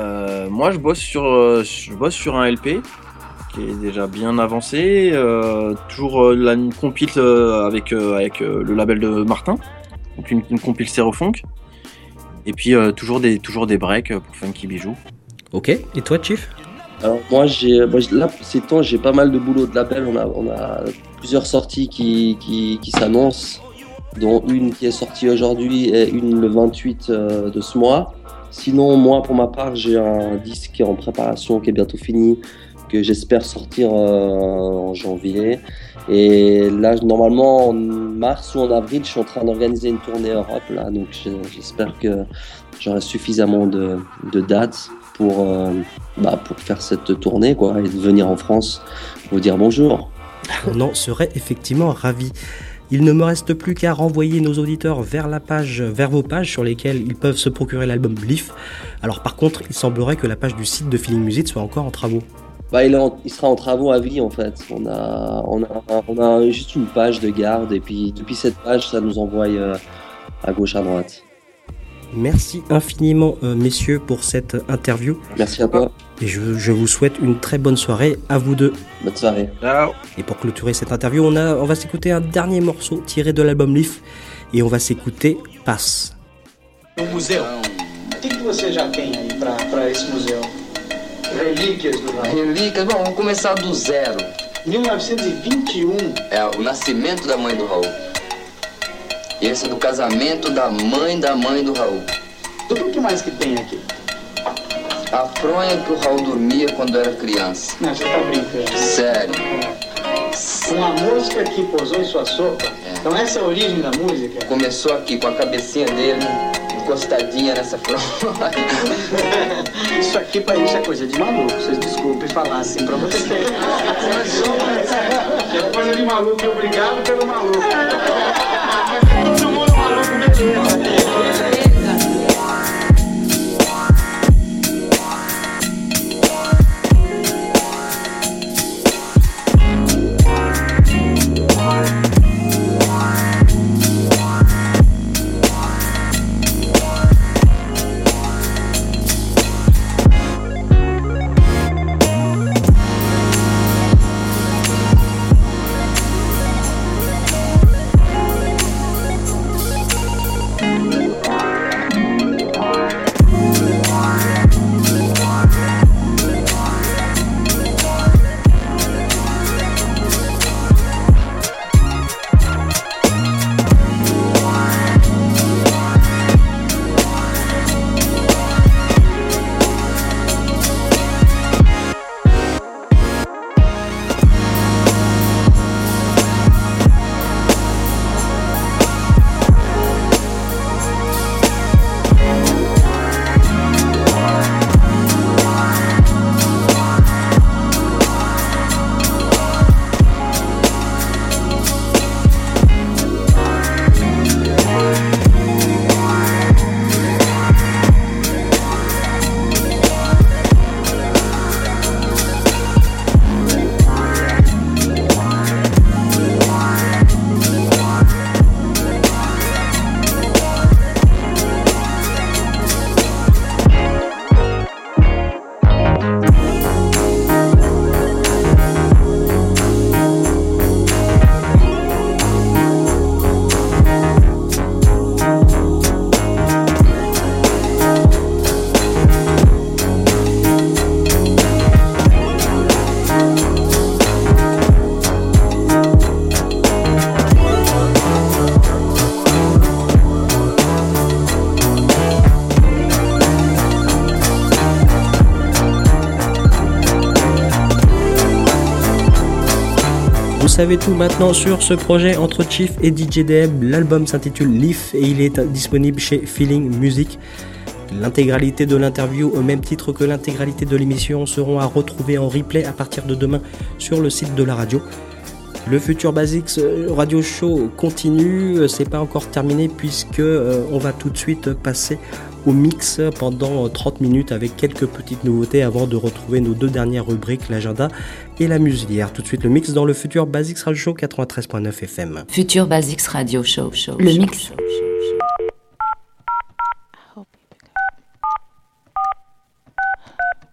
euh, moi je bosse sur euh, je bosse sur un L P qui est déjà bien avancé, euh, toujours euh, la une compile euh, avec euh, avec euh, le label de Martin, donc une, une compile Stéréofunk, et puis euh, toujours des toujours des breaks pour Funky Bijou. Ok, et toi Chief? Alors moi j'ai moi, là ces temps j'ai pas mal de boulot de label, on a on a plusieurs sorties qui qui, qui s'annoncent, dont une qui est sortie aujourd'hui et une le vingt-huit euh, de ce mois. Sinon moi pour ma part j'ai un disque qui est en préparation, qui est bientôt fini, que j'espère sortir euh, en janvier. Et là normalement en mars ou en avril je suis en train d'organiser une tournée Europe là, donc j'espère que j'aurai suffisamment de, de dates pour, euh, bah, pour faire cette tournée quoi, et de venir en France vous dire bonjour. On en serait effectivement ravis. Il ne me reste plus qu'à renvoyer nos auditeurs vers la page, vers vos pages sur lesquelles ils peuvent se procurer l'album Leaf. Alors par contre, il semblerait que la page du site de Feeling Music soit encore en travaux. Bah, il, est en, il sera en travaux à vie en fait. On a, on a, on a juste une page de garde et puis depuis cette page, ça nous envoie euh, à gauche, à droite. Merci infiniment euh, messieurs pour cette interview. Merci à toi. Et je, je vous souhaite une très bonne soirée à vous deux. Bonne soirée. Ciao. Et pour clôturer cette interview, on, a, on va s'écouter un dernier morceau tiré de l'album Leaf et on va s'écouter Passe. No museu, o que, que você já tem aí para esse museu? Relíquias do Raul. Relíquias, bom, vamos começar do zero. mil novecentos e vinte e um. É o nascimento da mãe do Raul. E esse é do casamento da mãe da mãe do Raul. Do que, que mais que tem aqui? A fronha que o Raul dormia quando era criança. Não, você tá brincando. Sério. Uma mosca que pousou em sua sopa? É. Então essa é a origem da música? Começou aqui com a cabecinha dele encostadinha nessa fronha. Isso aqui pra gente é coisa de maluco. Vocês desculpem falar assim pra vocês. É coisa de maluco. Obrigado pelo maluco. Todo mundo maluco mesmo. Vous savez tout maintenant sur ce projet entre Chief et D J D M. L'album s'intitule Leaf et il est disponible chez Feeling Music. L'intégralité de l'interview, au même titre que l'intégralité de l'émission, seront à retrouver en replay à partir de demain sur le site de la radio. Le Future Basics Radio Show continue, c'est pas encore terminé puisque euh, on va tout de suite passer au mix pendant trente minutes avec quelques petites nouveautés avant de retrouver nos deux dernières rubriques, l'agenda et la muselière. Tout de suite le mix dans le Future Basics Radio Show quatre-vingt-treize point neuf F M. Future Basics Radio Show, show le show, mix. Show, show, show.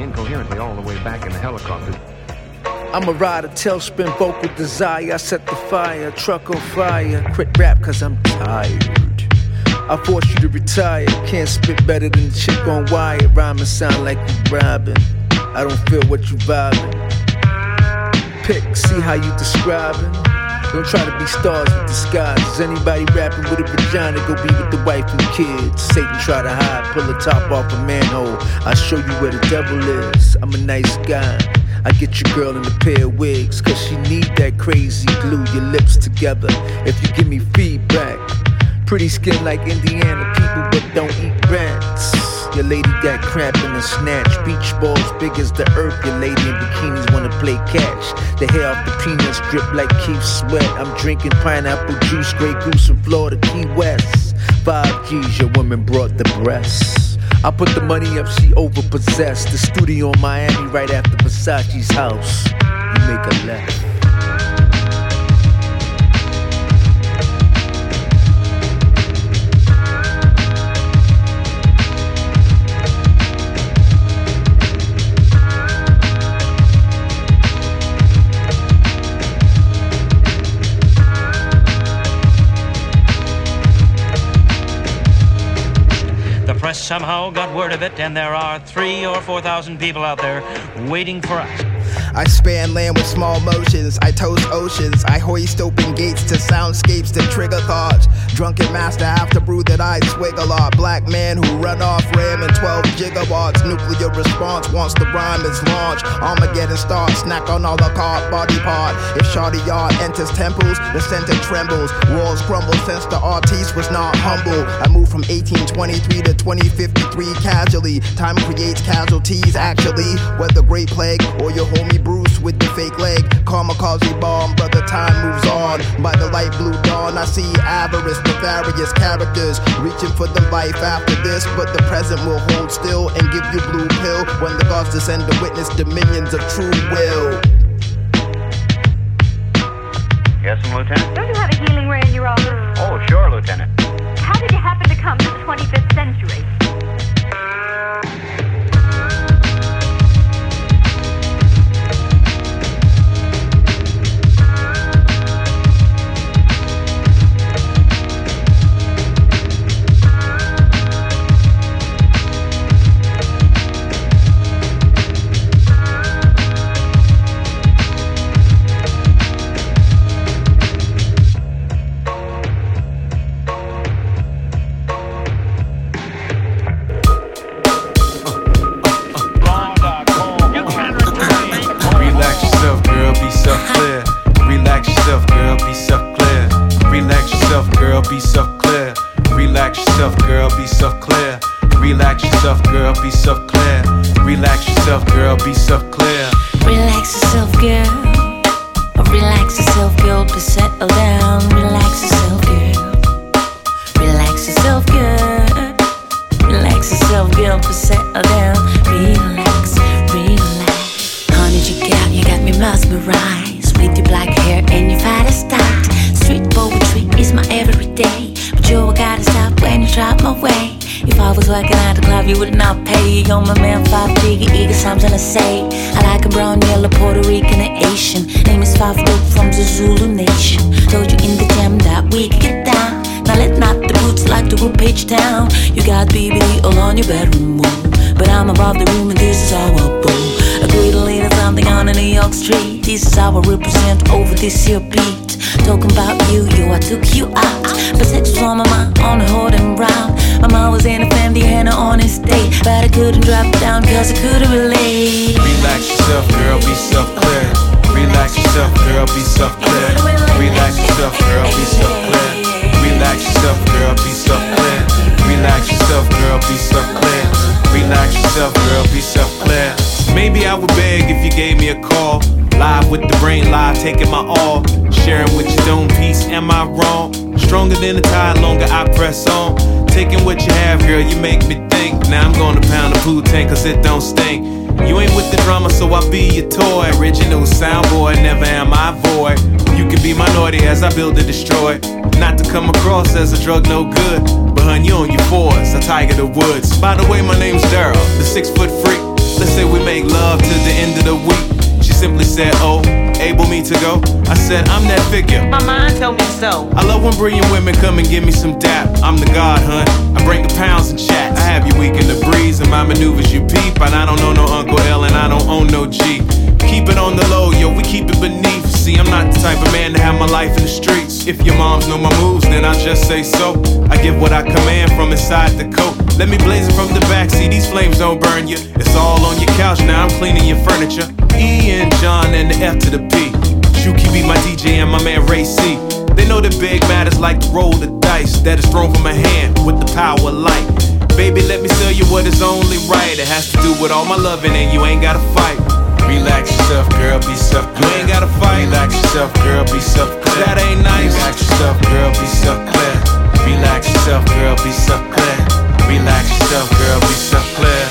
incoherently all the way back in the helicopter. I'm a rider, tailspin, vocal desire. I set the fire, truck on fire. Quit rap cause I'm tired. I force you to retire. Can't spit better than the chick on wire. Rhyming sound like you robbing. I don't feel what you vibing. Pick, see how you describing. Don't try to be stars with disguises. Anybody rapping with a vagina, go be with the wife and kids. Satan try to hide, pull the top off a manhole. I'll show you where the devil is. I'm a nice guy. I get your girl in a pair of wigs, cause she need that crazy glue, your lips together, if you give me feedback. Pretty skin like Indiana people, but don't eat rats. Your lady got cramp in the snatch. Beach balls big as the earth. Your lady in bikinis wanna play catch. The hair off the peanuts drip like Keith Sweat. I'm drinking pineapple juice, Grey Goose in Florida, Key West. Five G's, your woman brought the breasts. I put the money up, she overpossessed. The studio in Miami right after Versace's house. You make a left. Somehow got word of it, and there are three or four thousand people out there waiting for us. I span land with small motions, I toast oceans, I hoist open gates to soundscapes that trigger thoughts. Drunken master after brew that I swig a lot. Black man who run off RAM and twelve gigawatts. Nuclear response once the rhyme is launched. Armageddon starts, snack on all the car body part. If Shawty Yard enters temples, the center trembles. Walls crumble since the artiste was not humble. I moved from eighteen twenty-three to twenty fifty-three casually. Time creates casualties actually. Whether Great Plague or your homie Bruce with the fake leg. Kamikaze bomb, brother, time moves on. By the light blue dawn, I see avarice, nefarious characters reaching for the life after this, but the present will hold still and give you blue pill when the gods descend to witness dominions of true will. Yes, Lieutenant? Don't you have a healing ray in your office? Oh, sure, Lieutenant. How did you happen to come to the twenty-fifth century? This here beat, talking about you, yo, I took you out. But sex was on my mind, on the hood and round. My mom was in a Fendi and an honest date, but I couldn't drop it down cause I couldn't relate. Relax yourself, girl, be self-clear. Relax yourself, girl, be self-clear. Relax yourself, girl, be self-clear. Relax yourself, girl, be self-clear. Relax yourself, girl, be self-clear. Relax yourself, girl, be self-clear. Maybe I would beg if you gave me a call. Live with the brain, live taking my all. Sharing with your dome piece, am I wrong? Stronger than the tide, longer I press on. Taking what you have, girl, you make me think. Now I'm gonna pound the food tank cause it don't stink. You ain't with the drama, so I'll be your toy. Original sound boy, never am I void. You can be minority as I build and destroy. Not to come across as a drug no good, but hun, you on your fours, a tiger the woods. By the way, my name's Daryl, the six foot freak. let's say we make love to the end of the week. She simply said, oh, able me to go? I said, I'm that figure. My mind told me so. I love when brilliant women come and give me some dap. I'm the god, hun. I bring the pounds and chat. I have you weak in the breeze and my maneuvers you peep. And I don't know no Uncle L and I don't own no G. Keep it on the low, yo, we keep it beneath. See, I'm not the type of man to have my life in the streets. If your moms know my moves, then I'll just say so. I give what I command from inside the coat. Let me blaze it from the back, see these flames don't burn you. It's all on your couch, now I'm cleaning your furniture. E and John and the F to the P. Shuki be my D J and my man Ray C. They know that big matters like to roll the dice that is thrown from a hand with the power of light. Baby, let me tell you what is only right. It has to do with all my loving and you ain't gotta fight. Relax yourself, girl, be self-clear. You ain't gotta fight. Relax yourself, girl, be self-clear. That ain't nice. Relax yourself, girl, be self-clear. Relax yourself, girl, be self-clear. Relax yourself, girl, be self-clear.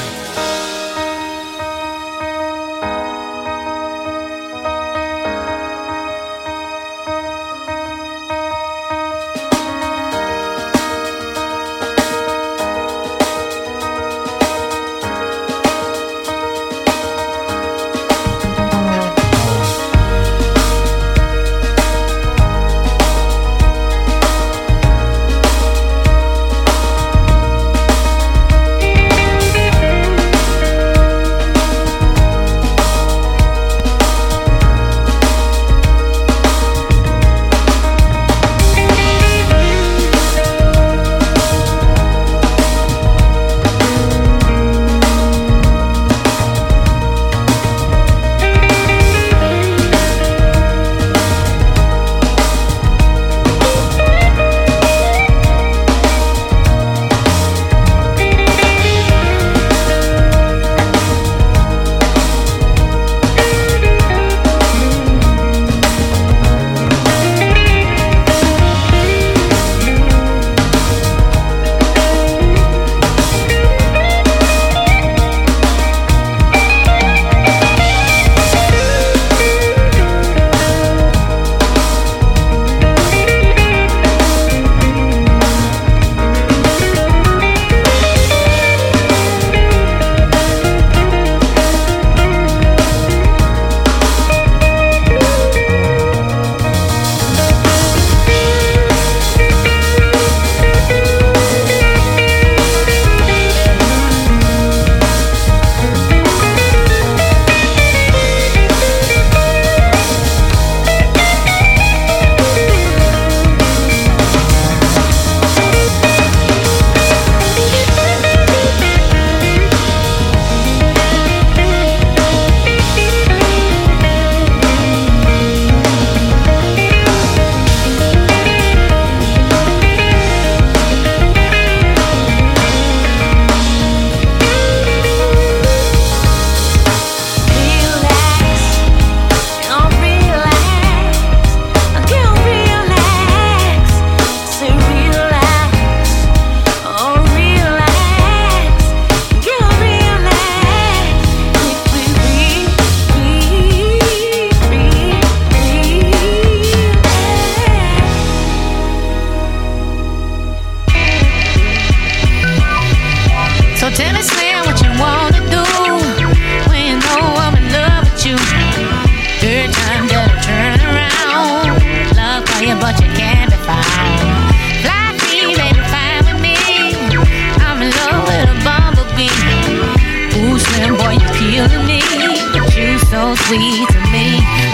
sweet to me.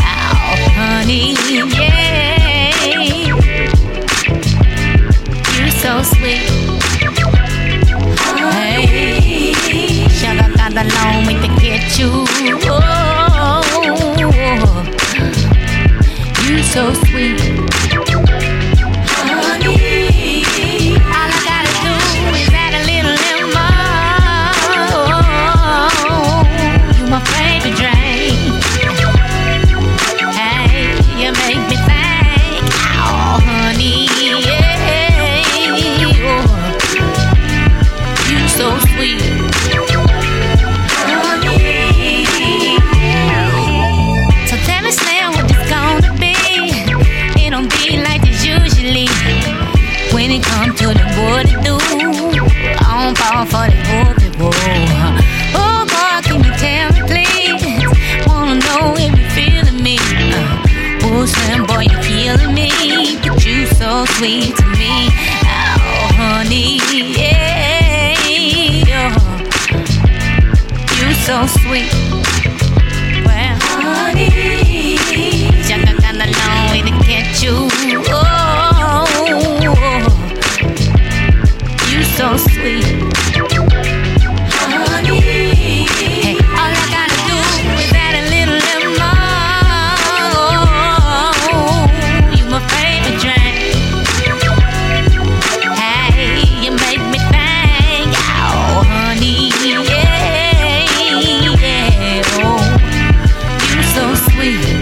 Oh, honey, yeah. You're so sweet. Hey, sugar got the long way to get you. Oh, you're so sweet. Honey, all I gotta do is add a little lemon. You my favorite drink. Hey, you make me think. Oh, honey, yeah. Oh, you so sweet. Honey. So tell me, Slim, what it's gonna be. It don't be like sweet. Well, honey, Chaka got a long way to get you. Oh, you so sweet. Honey, hey, all I gotta do is add a little lemon. You my favorite drink. Hey, you make me think, oh, honey, yeah, yeah, oh, you so sweet.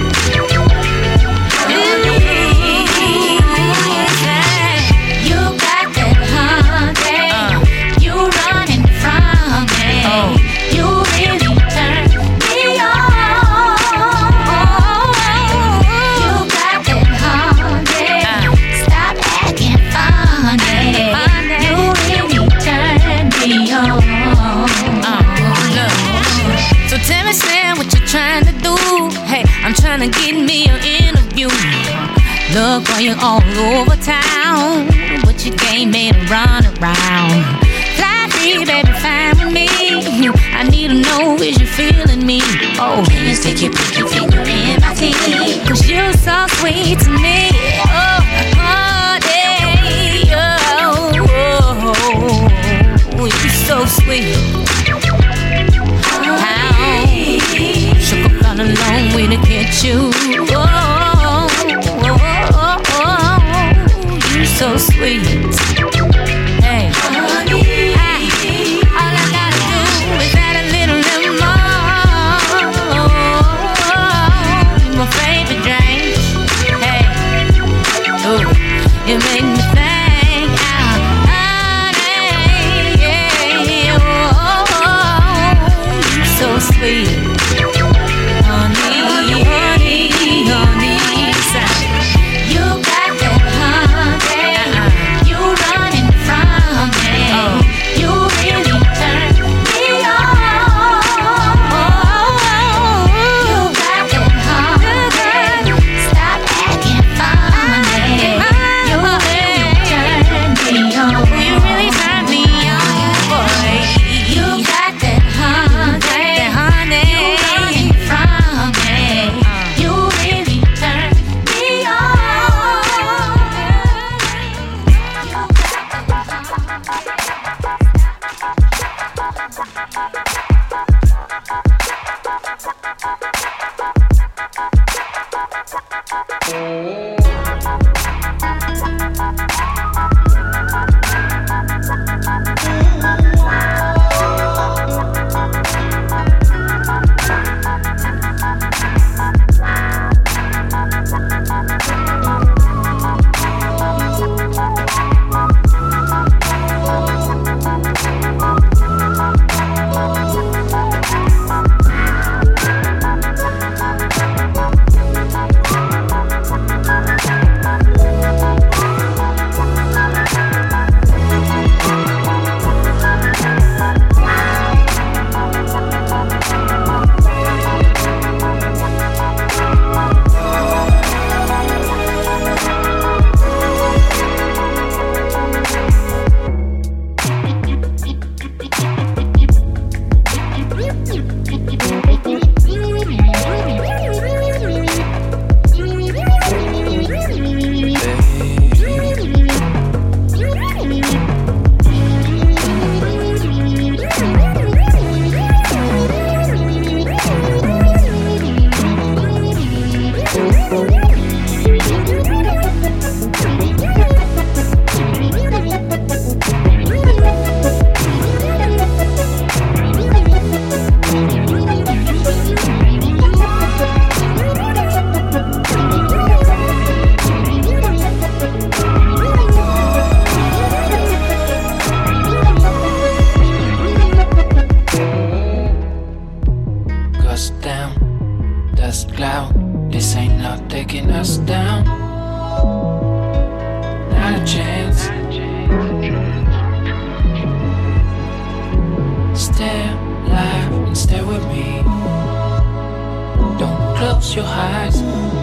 Trying to get me an interview. Look, boy, you're all over town, but you can't make a run around. Fly free, baby, fine with me. I need to know, is you feeling me? Oh, can you stick your pinky finger in my teeth? Cause you're so sweet to me. Oh, honey, oh, oh, oh, you're so sweet. Sugar got a long way to get you. Oh, oh, oh, oh, you so sweet. Hey, honey, hey, all I gotta do is add a little lemon. You my favorite drink. Hey, oh, you make me think. Ah, honey, yeah, oh, oh, you so sweet. Close your eyes,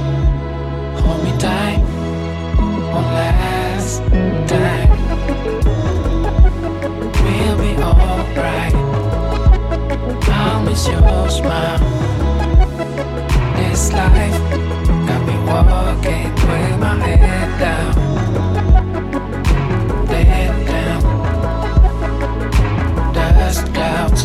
hold me tight, one last time. We'll be alright. I'll miss your smile. This life got me walking with my head down, head down, dust clouds.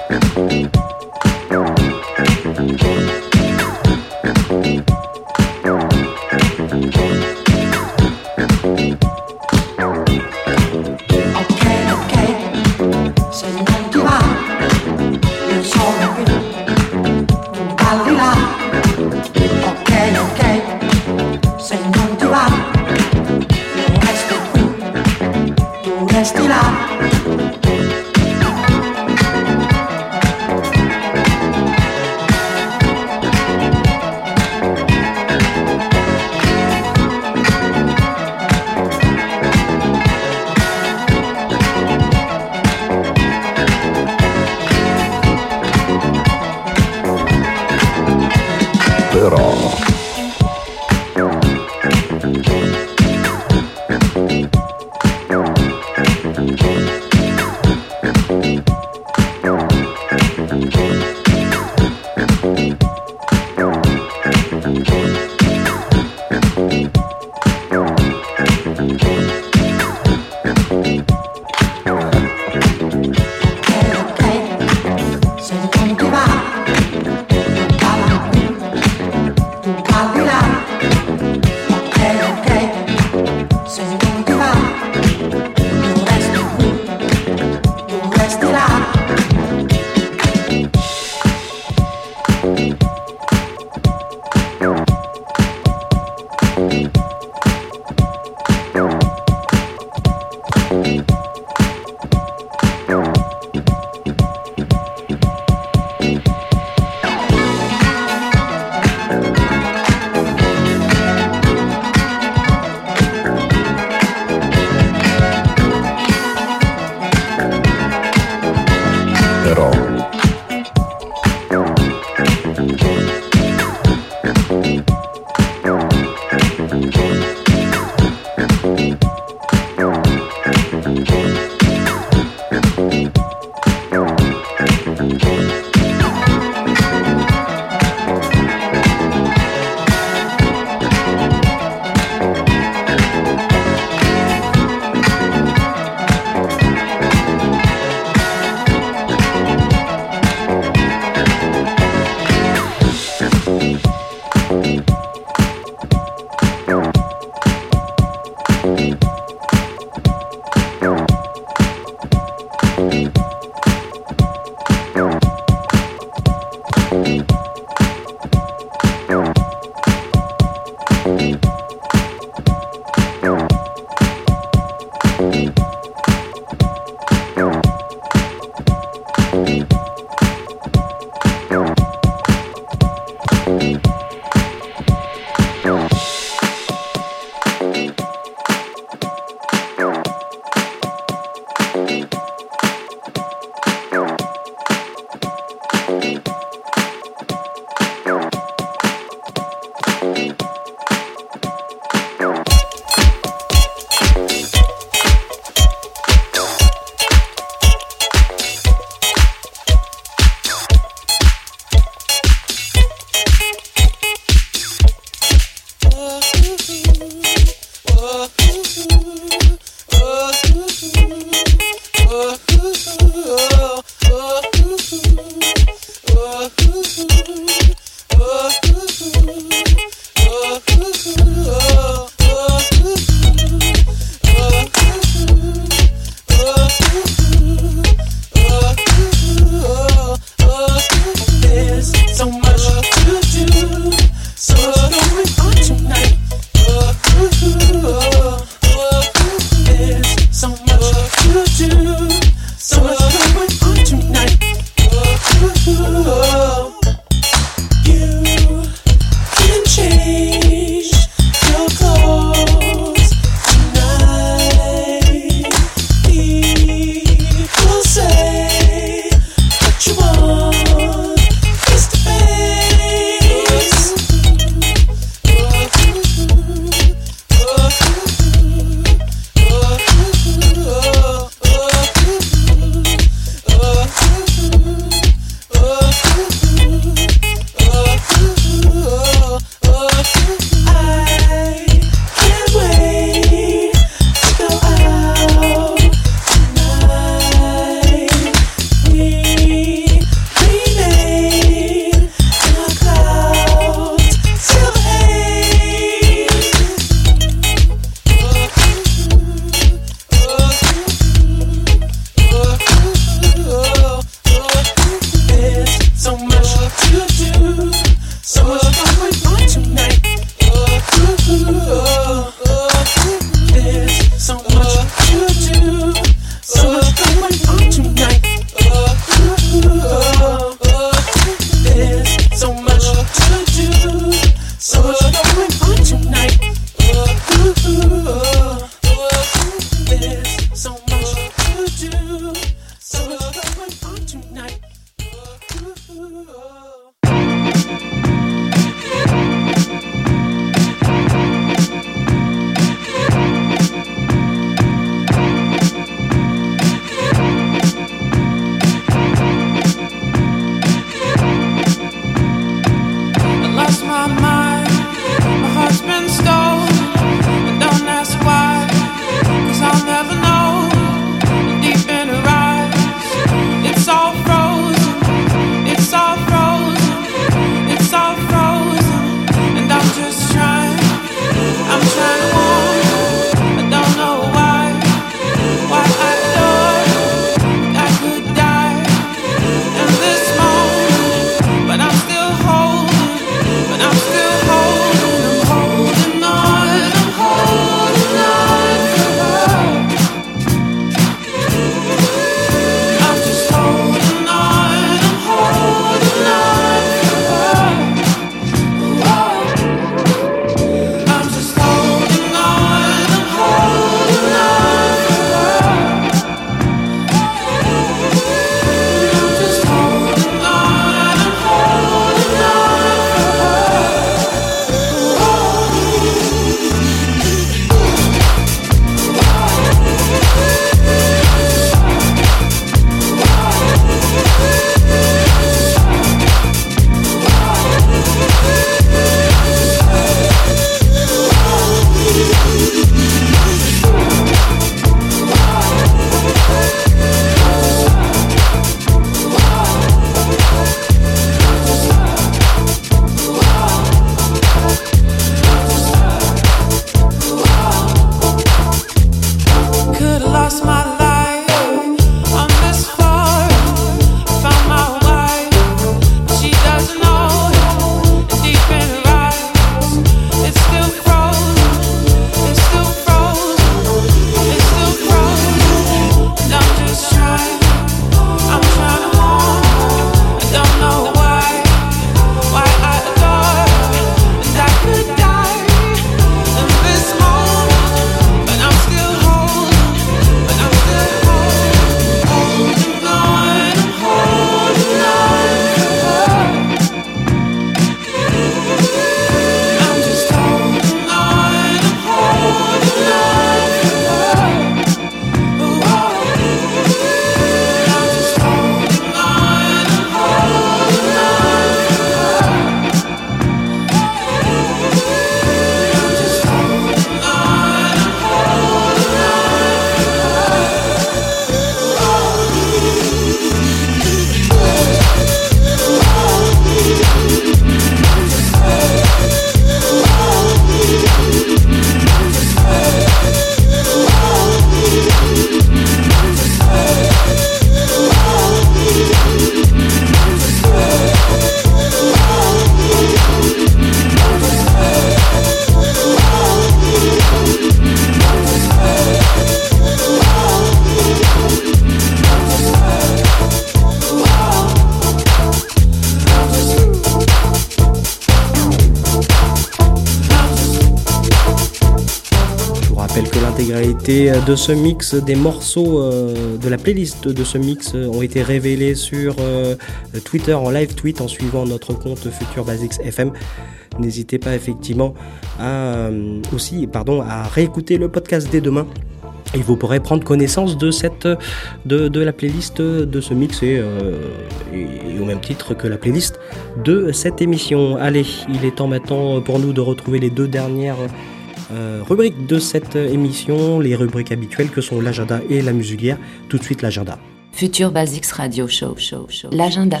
a été de ce mix, des morceaux euh, de la playlist de ce mix euh, ont été révélés sur euh, Twitter en live tweet en suivant notre compte Future Basics F M. N'hésitez pas effectivement à euh, aussi pardon à réécouter le podcast dès demain. Et vous pourrez prendre connaissance de cette de, de la playlist de ce mix et, euh, et, et au même titre que la playlist de cette émission. Allez, il est temps maintenant pour nous de retrouver les deux dernières euh, rubriques de cette émission, les rubriques habituelles que sont l'agenda et la muselière. Tout de suite l'agenda. Future Basics Radio Show, show, show. L'agenda.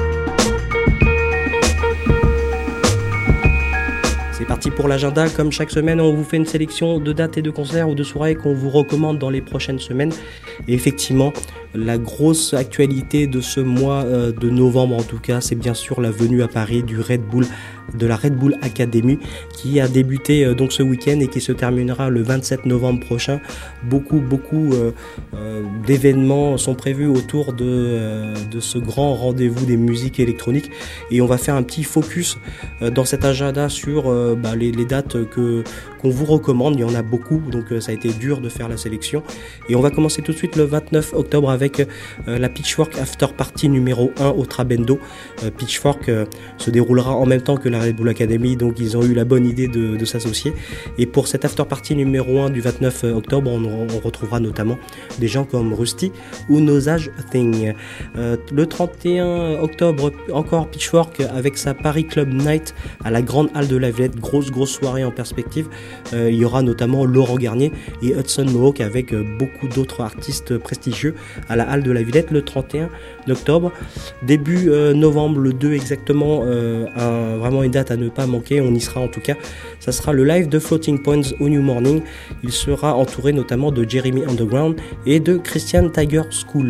C'est parti pour l'agenda. Comme chaque semaine, on vous fait une sélection de dates et de concerts ou de soirées qu'on vous recommande dans les prochaines semaines. Et effectivement, la grosse actualité de ce mois euh, de novembre en tout cas, c'est bien sûr la venue à Paris du Red Bull, de la Red Bull Academy qui a débuté euh, donc ce week-end et qui se terminera le vingt-sept novembre prochain. Beaucoup, beaucoup euh, euh, d'événements sont prévus autour de, euh, de ce grand rendez-vous des musiques électroniques. Et on va faire un petit focus euh, dans cet agenda sur euh, bah, les, les dates que, qu'on vous recommande. Il y en a beaucoup, donc euh, ça a été dur de faire la sélection. Et on va commencer tout de suite le vingt-neuf octobre avec euh, la Pitchfork After Party numéro un au Trabendo. Euh, Pitchfork euh, se déroulera en même temps que la Red Bull Academy, donc ils ont eu la bonne idée de, de s'associer. Et pour cette After Party numéro un du vingt-neuf octobre, on, on retrouvera notamment des gens comme Rusty ou Nosage Thing. Euh, le trente et un octobre, encore Pitchfork avec sa Paris Club Night à la Grande Halle de la Villette. Grosse, grosse soirée en perspective. Euh, il y aura notamment Laurent Garnier et Hudson Mohawk avec euh, beaucoup d'autres artistes prestigieux à la Halle de la Villette le trente et un octobre. Début euh, novembre, le deux exactement, euh, un, vraiment une date à ne pas manquer, on y sera en tout cas. Ça sera le live de Floating Points au New Morning. Il sera entouré notamment de Jeremy Underground et de Christian Tiger School.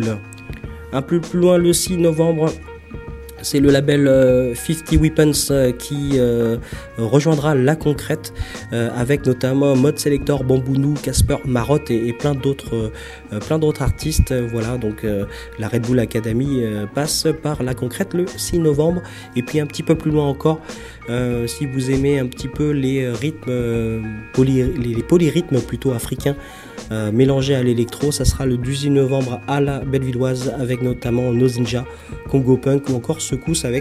Un peu plus loin, le six novembre, c'est le label euh, cinquante Weapons euh, qui euh, rejoindra La Concrète euh, avec notamment Mode Selector, Bambounou, Casper, Marotte et, et plein d'autres euh, plein d'autres artistes. Voilà, donc euh, la Red Bull Academy euh, passe par La Concrète le six novembre. Et puis un petit peu plus loin encore, euh, si vous aimez un petit peu les rythmes euh, poly, les, les polyrythmes plutôt africains Euh, mélangé à l'électro, ça sera le dix-huit novembre à la Bellevilloise avec notamment Nozinja, Congo Punk ou encore Secousse avec,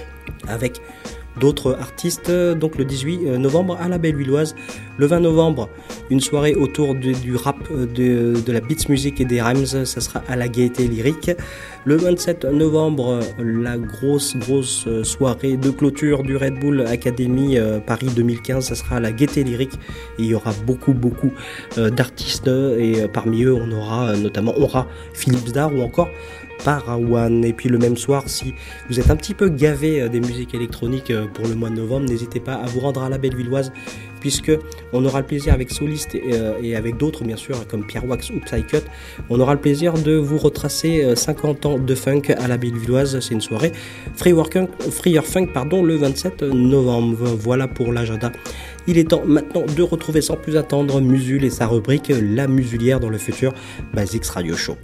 avec d'autres artistes. Donc le dix-huit novembre à la Bellevilloise. Le vingt novembre, une soirée autour de, du rap, de, de la beats music et des rhymes, ça sera à la Gaieté Lyrique. Le vingt-sept novembre, la grosse grosse soirée de clôture du Red Bull Academy euh, Paris deux mille quinze, ça sera à la Gaieté Lyrique et il y aura beaucoup beaucoup euh, d'artistes et euh, parmi eux on aura euh, notamment Aura, Philippe Zdar ou encore Parawan. Et puis le même soir, si vous êtes un petit peu gavé des musiques électroniques pour le mois de novembre, n'hésitez pas à vous rendre à la Bellevilloise puisque on aura le plaisir avec Soliste et, euh, et avec d'autres bien sûr comme Pierre Wax ou Psycut, on aura le plaisir de vous retracer cinquante ans de funk à la Bellevilloise. C'est une soirée Free Freer Funk pardon, le vingt-sept novembre. Voilà pour l'agenda. Il est temps maintenant de retrouver sans plus attendre Musul et sa rubrique La Musulière dans le Future Basics Radio Show.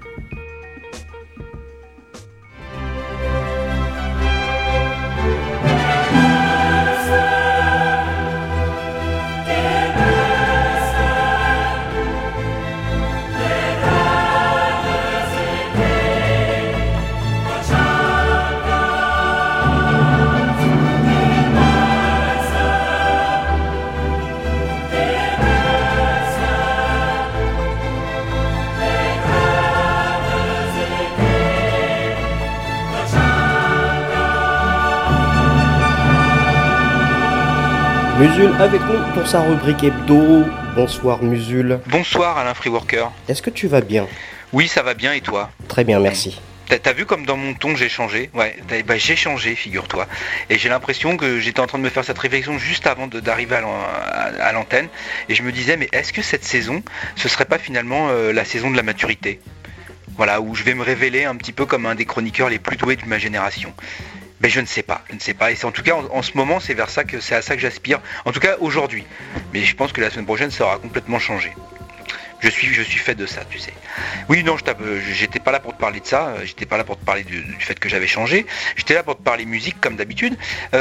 Musul avec nous pour sa rubrique hebdo. Bonsoir Musul. Bonsoir Alain Freeworker. Est-ce que tu vas bien? Oui, ça va bien et toi? Très bien, merci. T'as, t'as vu comme dans mon ton j'ai changé? Ouais, bah, j'ai changé, figure-toi. Et j'ai l'impression que j'étais en train de me faire cette réflexion juste avant de, d'arriver à, à, à l'antenne. Et je me disais, mais est-ce que cette saison, ce serait pas finalement euh, la saison de la maturité? Voilà, où je vais me révéler un petit peu comme un des chroniqueurs les plus doués de ma génération. Ben je ne sais pas, je ne sais pas. Et c'est en tout cas en, en ce moment c'est vers ça que c'est à ça que j'aspire. En tout cas aujourd'hui. Mais je pense que la semaine prochaine ça aura complètement changé. Je suis, je suis fait de ça, tu sais. Oui, non, je j'étais pas là pour te parler de ça. J'étais pas là pour te parler du, du fait que j'avais changé. J'étais là pour te parler musique comme d'habitude.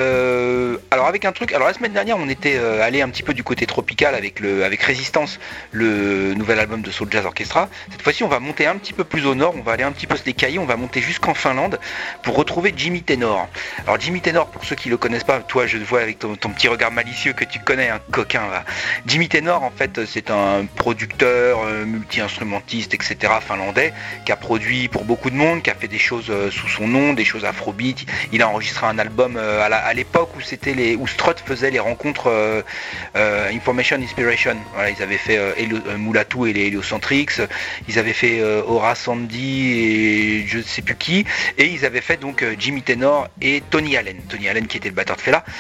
Euh, alors avec un truc. Alors la semaine dernière, on était euh, allé un petit peu du côté tropical avec le, avec Résistance, le nouvel album de Soul Jazz Orchestra. Cette fois-ci, on va monter un petit peu plus au nord. On va aller un petit peu se décailler. On va monter jusqu'en Finlande pour retrouver Jimmy Tenor. Alors Jimmy Tenor, pour ceux qui le connaissent pas, toi, je le vois avec ton, ton petit regard malicieux que tu connais, un coquin là. Jimmy Tenor, en fait, c'est un producteur, multi-instrumentiste, et cetera finlandais, qui a produit pour beaucoup de monde, qui a fait des choses sous son nom, des choses afrobeat. Il a enregistré un album à, la, à l'époque où c'était les où Strut faisait les rencontres euh, euh, Information Inspiration. Voilà, ils avaient fait euh, Helio, euh, Mulatu et les Heliocentrics, ils avaient fait euh, Horace Andy et je ne sais plus qui, et ils avaient fait donc euh, Jimmy Tenor et Tony Allen. Tony Allen qui était le batteur de Fela.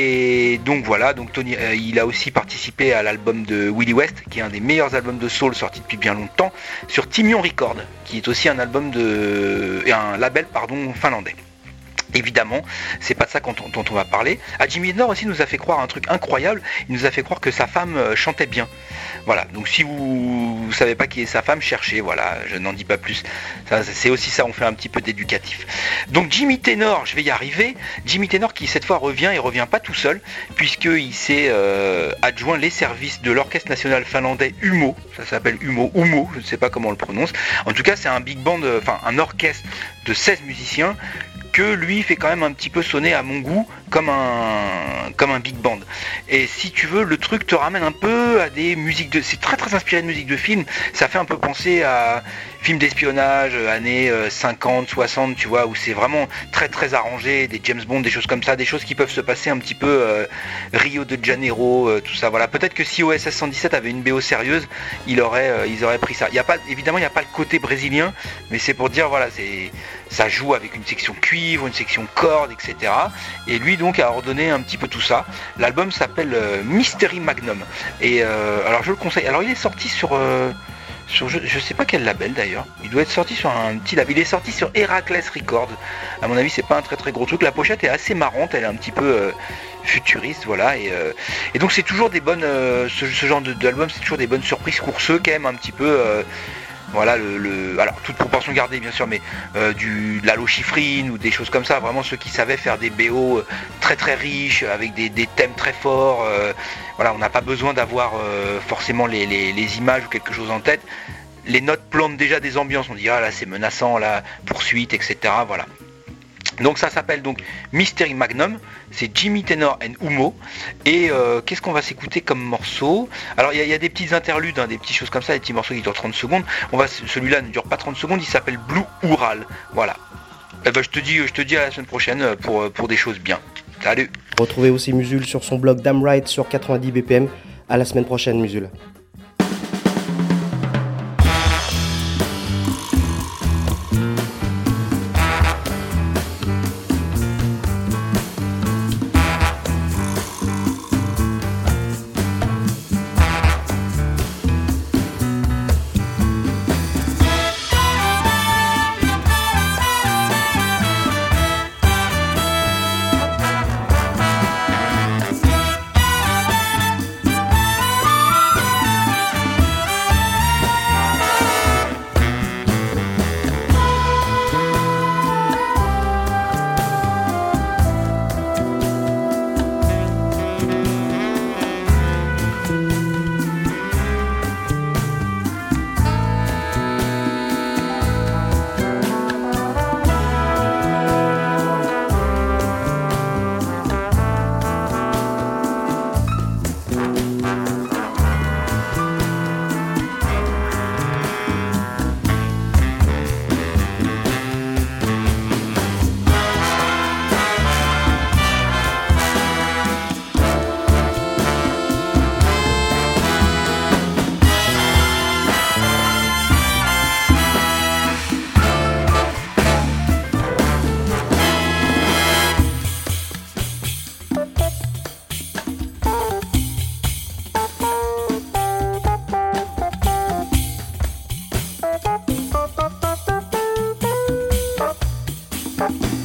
Et donc voilà, donc Tony, euh, il a aussi participé à l'album de Willie West, qui est un des meilleurs albums de soul sorti depuis bien longtemps, sur Timion Record, qui est aussi un album de et un label pardon finlandais. Évidemment, c'est pas de ça dont on, dont on va parler. Ah, Jimmy Tenor aussi nous a fait croire un truc incroyable. Il nous a fait croire que sa femme euh, chantait bien. Voilà. Donc si vous, vous savez pas qui est sa femme, cherchez. Voilà. Je n'en dis pas plus. Ça, c'est aussi ça. On fait un petit peu d'éducatif. Donc Jimmy Tenor, je vais y arriver. Jimmy Tenor qui cette fois revient et revient pas tout seul, puisqu'il s'est euh, adjoint les services de l'orchestre national finlandais U M O. Ça s'appelle U M O, U M O. Je ne sais pas comment on le prononce. En tout cas, c'est un big band, enfin un orchestre de seize musiciens, que lui fait quand même un petit peu sonner à mon goût comme un comme un big band. Et si tu veux, le truc te ramène un peu à des musiques de... C'est très très inspiré de musique de film. Ça fait un peu penser à films d'espionnage, années cinquante, soixante, tu vois, où c'est vraiment très très arrangé, des James Bond, des choses comme ça, des choses qui peuvent se passer un petit peu euh, Rio de Janeiro, euh, tout ça. Voilà. Peut-être que si O S S cent dix-sept avait une B O sérieuse, il aurait, euh, ils auraient pris ça. Il y a pas, évidemment, il n'y a pas le côté brésilien, mais c'est pour dire, voilà, c'est... ça joue avec une section cuivre, une section corde, et cetera. Et lui donc a ordonné un petit peu tout ça. L'album s'appelle euh, Mystery Magnum. Et euh, alors je le conseille. Alors il est sorti sur, euh, sur je, je sais pas quel label d'ailleurs. Il doit être sorti sur un petit label. Il est sorti sur Heracles Records. À mon avis c'est pas un très très gros truc. La pochette est assez marrante. Elle est un petit peu euh, futuriste, voilà. Et, euh, et donc c'est toujours des bonnes. Euh, ce, ce genre de, d'album, c'est toujours des bonnes surprises courseux quand même un petit peu. Euh, Voilà, le, le, alors toute proportion gardée bien sûr, mais euh, du, de la lochifrine ou des choses comme ça, vraiment ceux qui savaient faire des B O très très riches, avec des, des thèmes très forts, euh, voilà, on n'a pas besoin d'avoir euh, forcément les, les, les images ou quelque chose en tête, les notes plantent déjà des ambiances, on dit ah là c'est menaçant, là, poursuite, et cetera, voilà. Donc ça s'appelle donc Mystery Magnum, c'est Jimmy Tenor and U M O. Et euh, qu'est-ce qu'on va s'écouter comme morceau? Alors il y, y a des petites interludes, hein, des petites choses comme ça, des petits morceaux qui durent trente secondes. On va, celui-là ne dure pas trente secondes, il s'appelle Blue Ural. Voilà. Et ben, je te dis, je te dis à la semaine prochaine pour, pour des choses bien. Salut. Retrouvez aussi Musul sur son blog Damn Right sur quatre-vingt-dix B P M. À la semaine prochaine, Musul. Bye.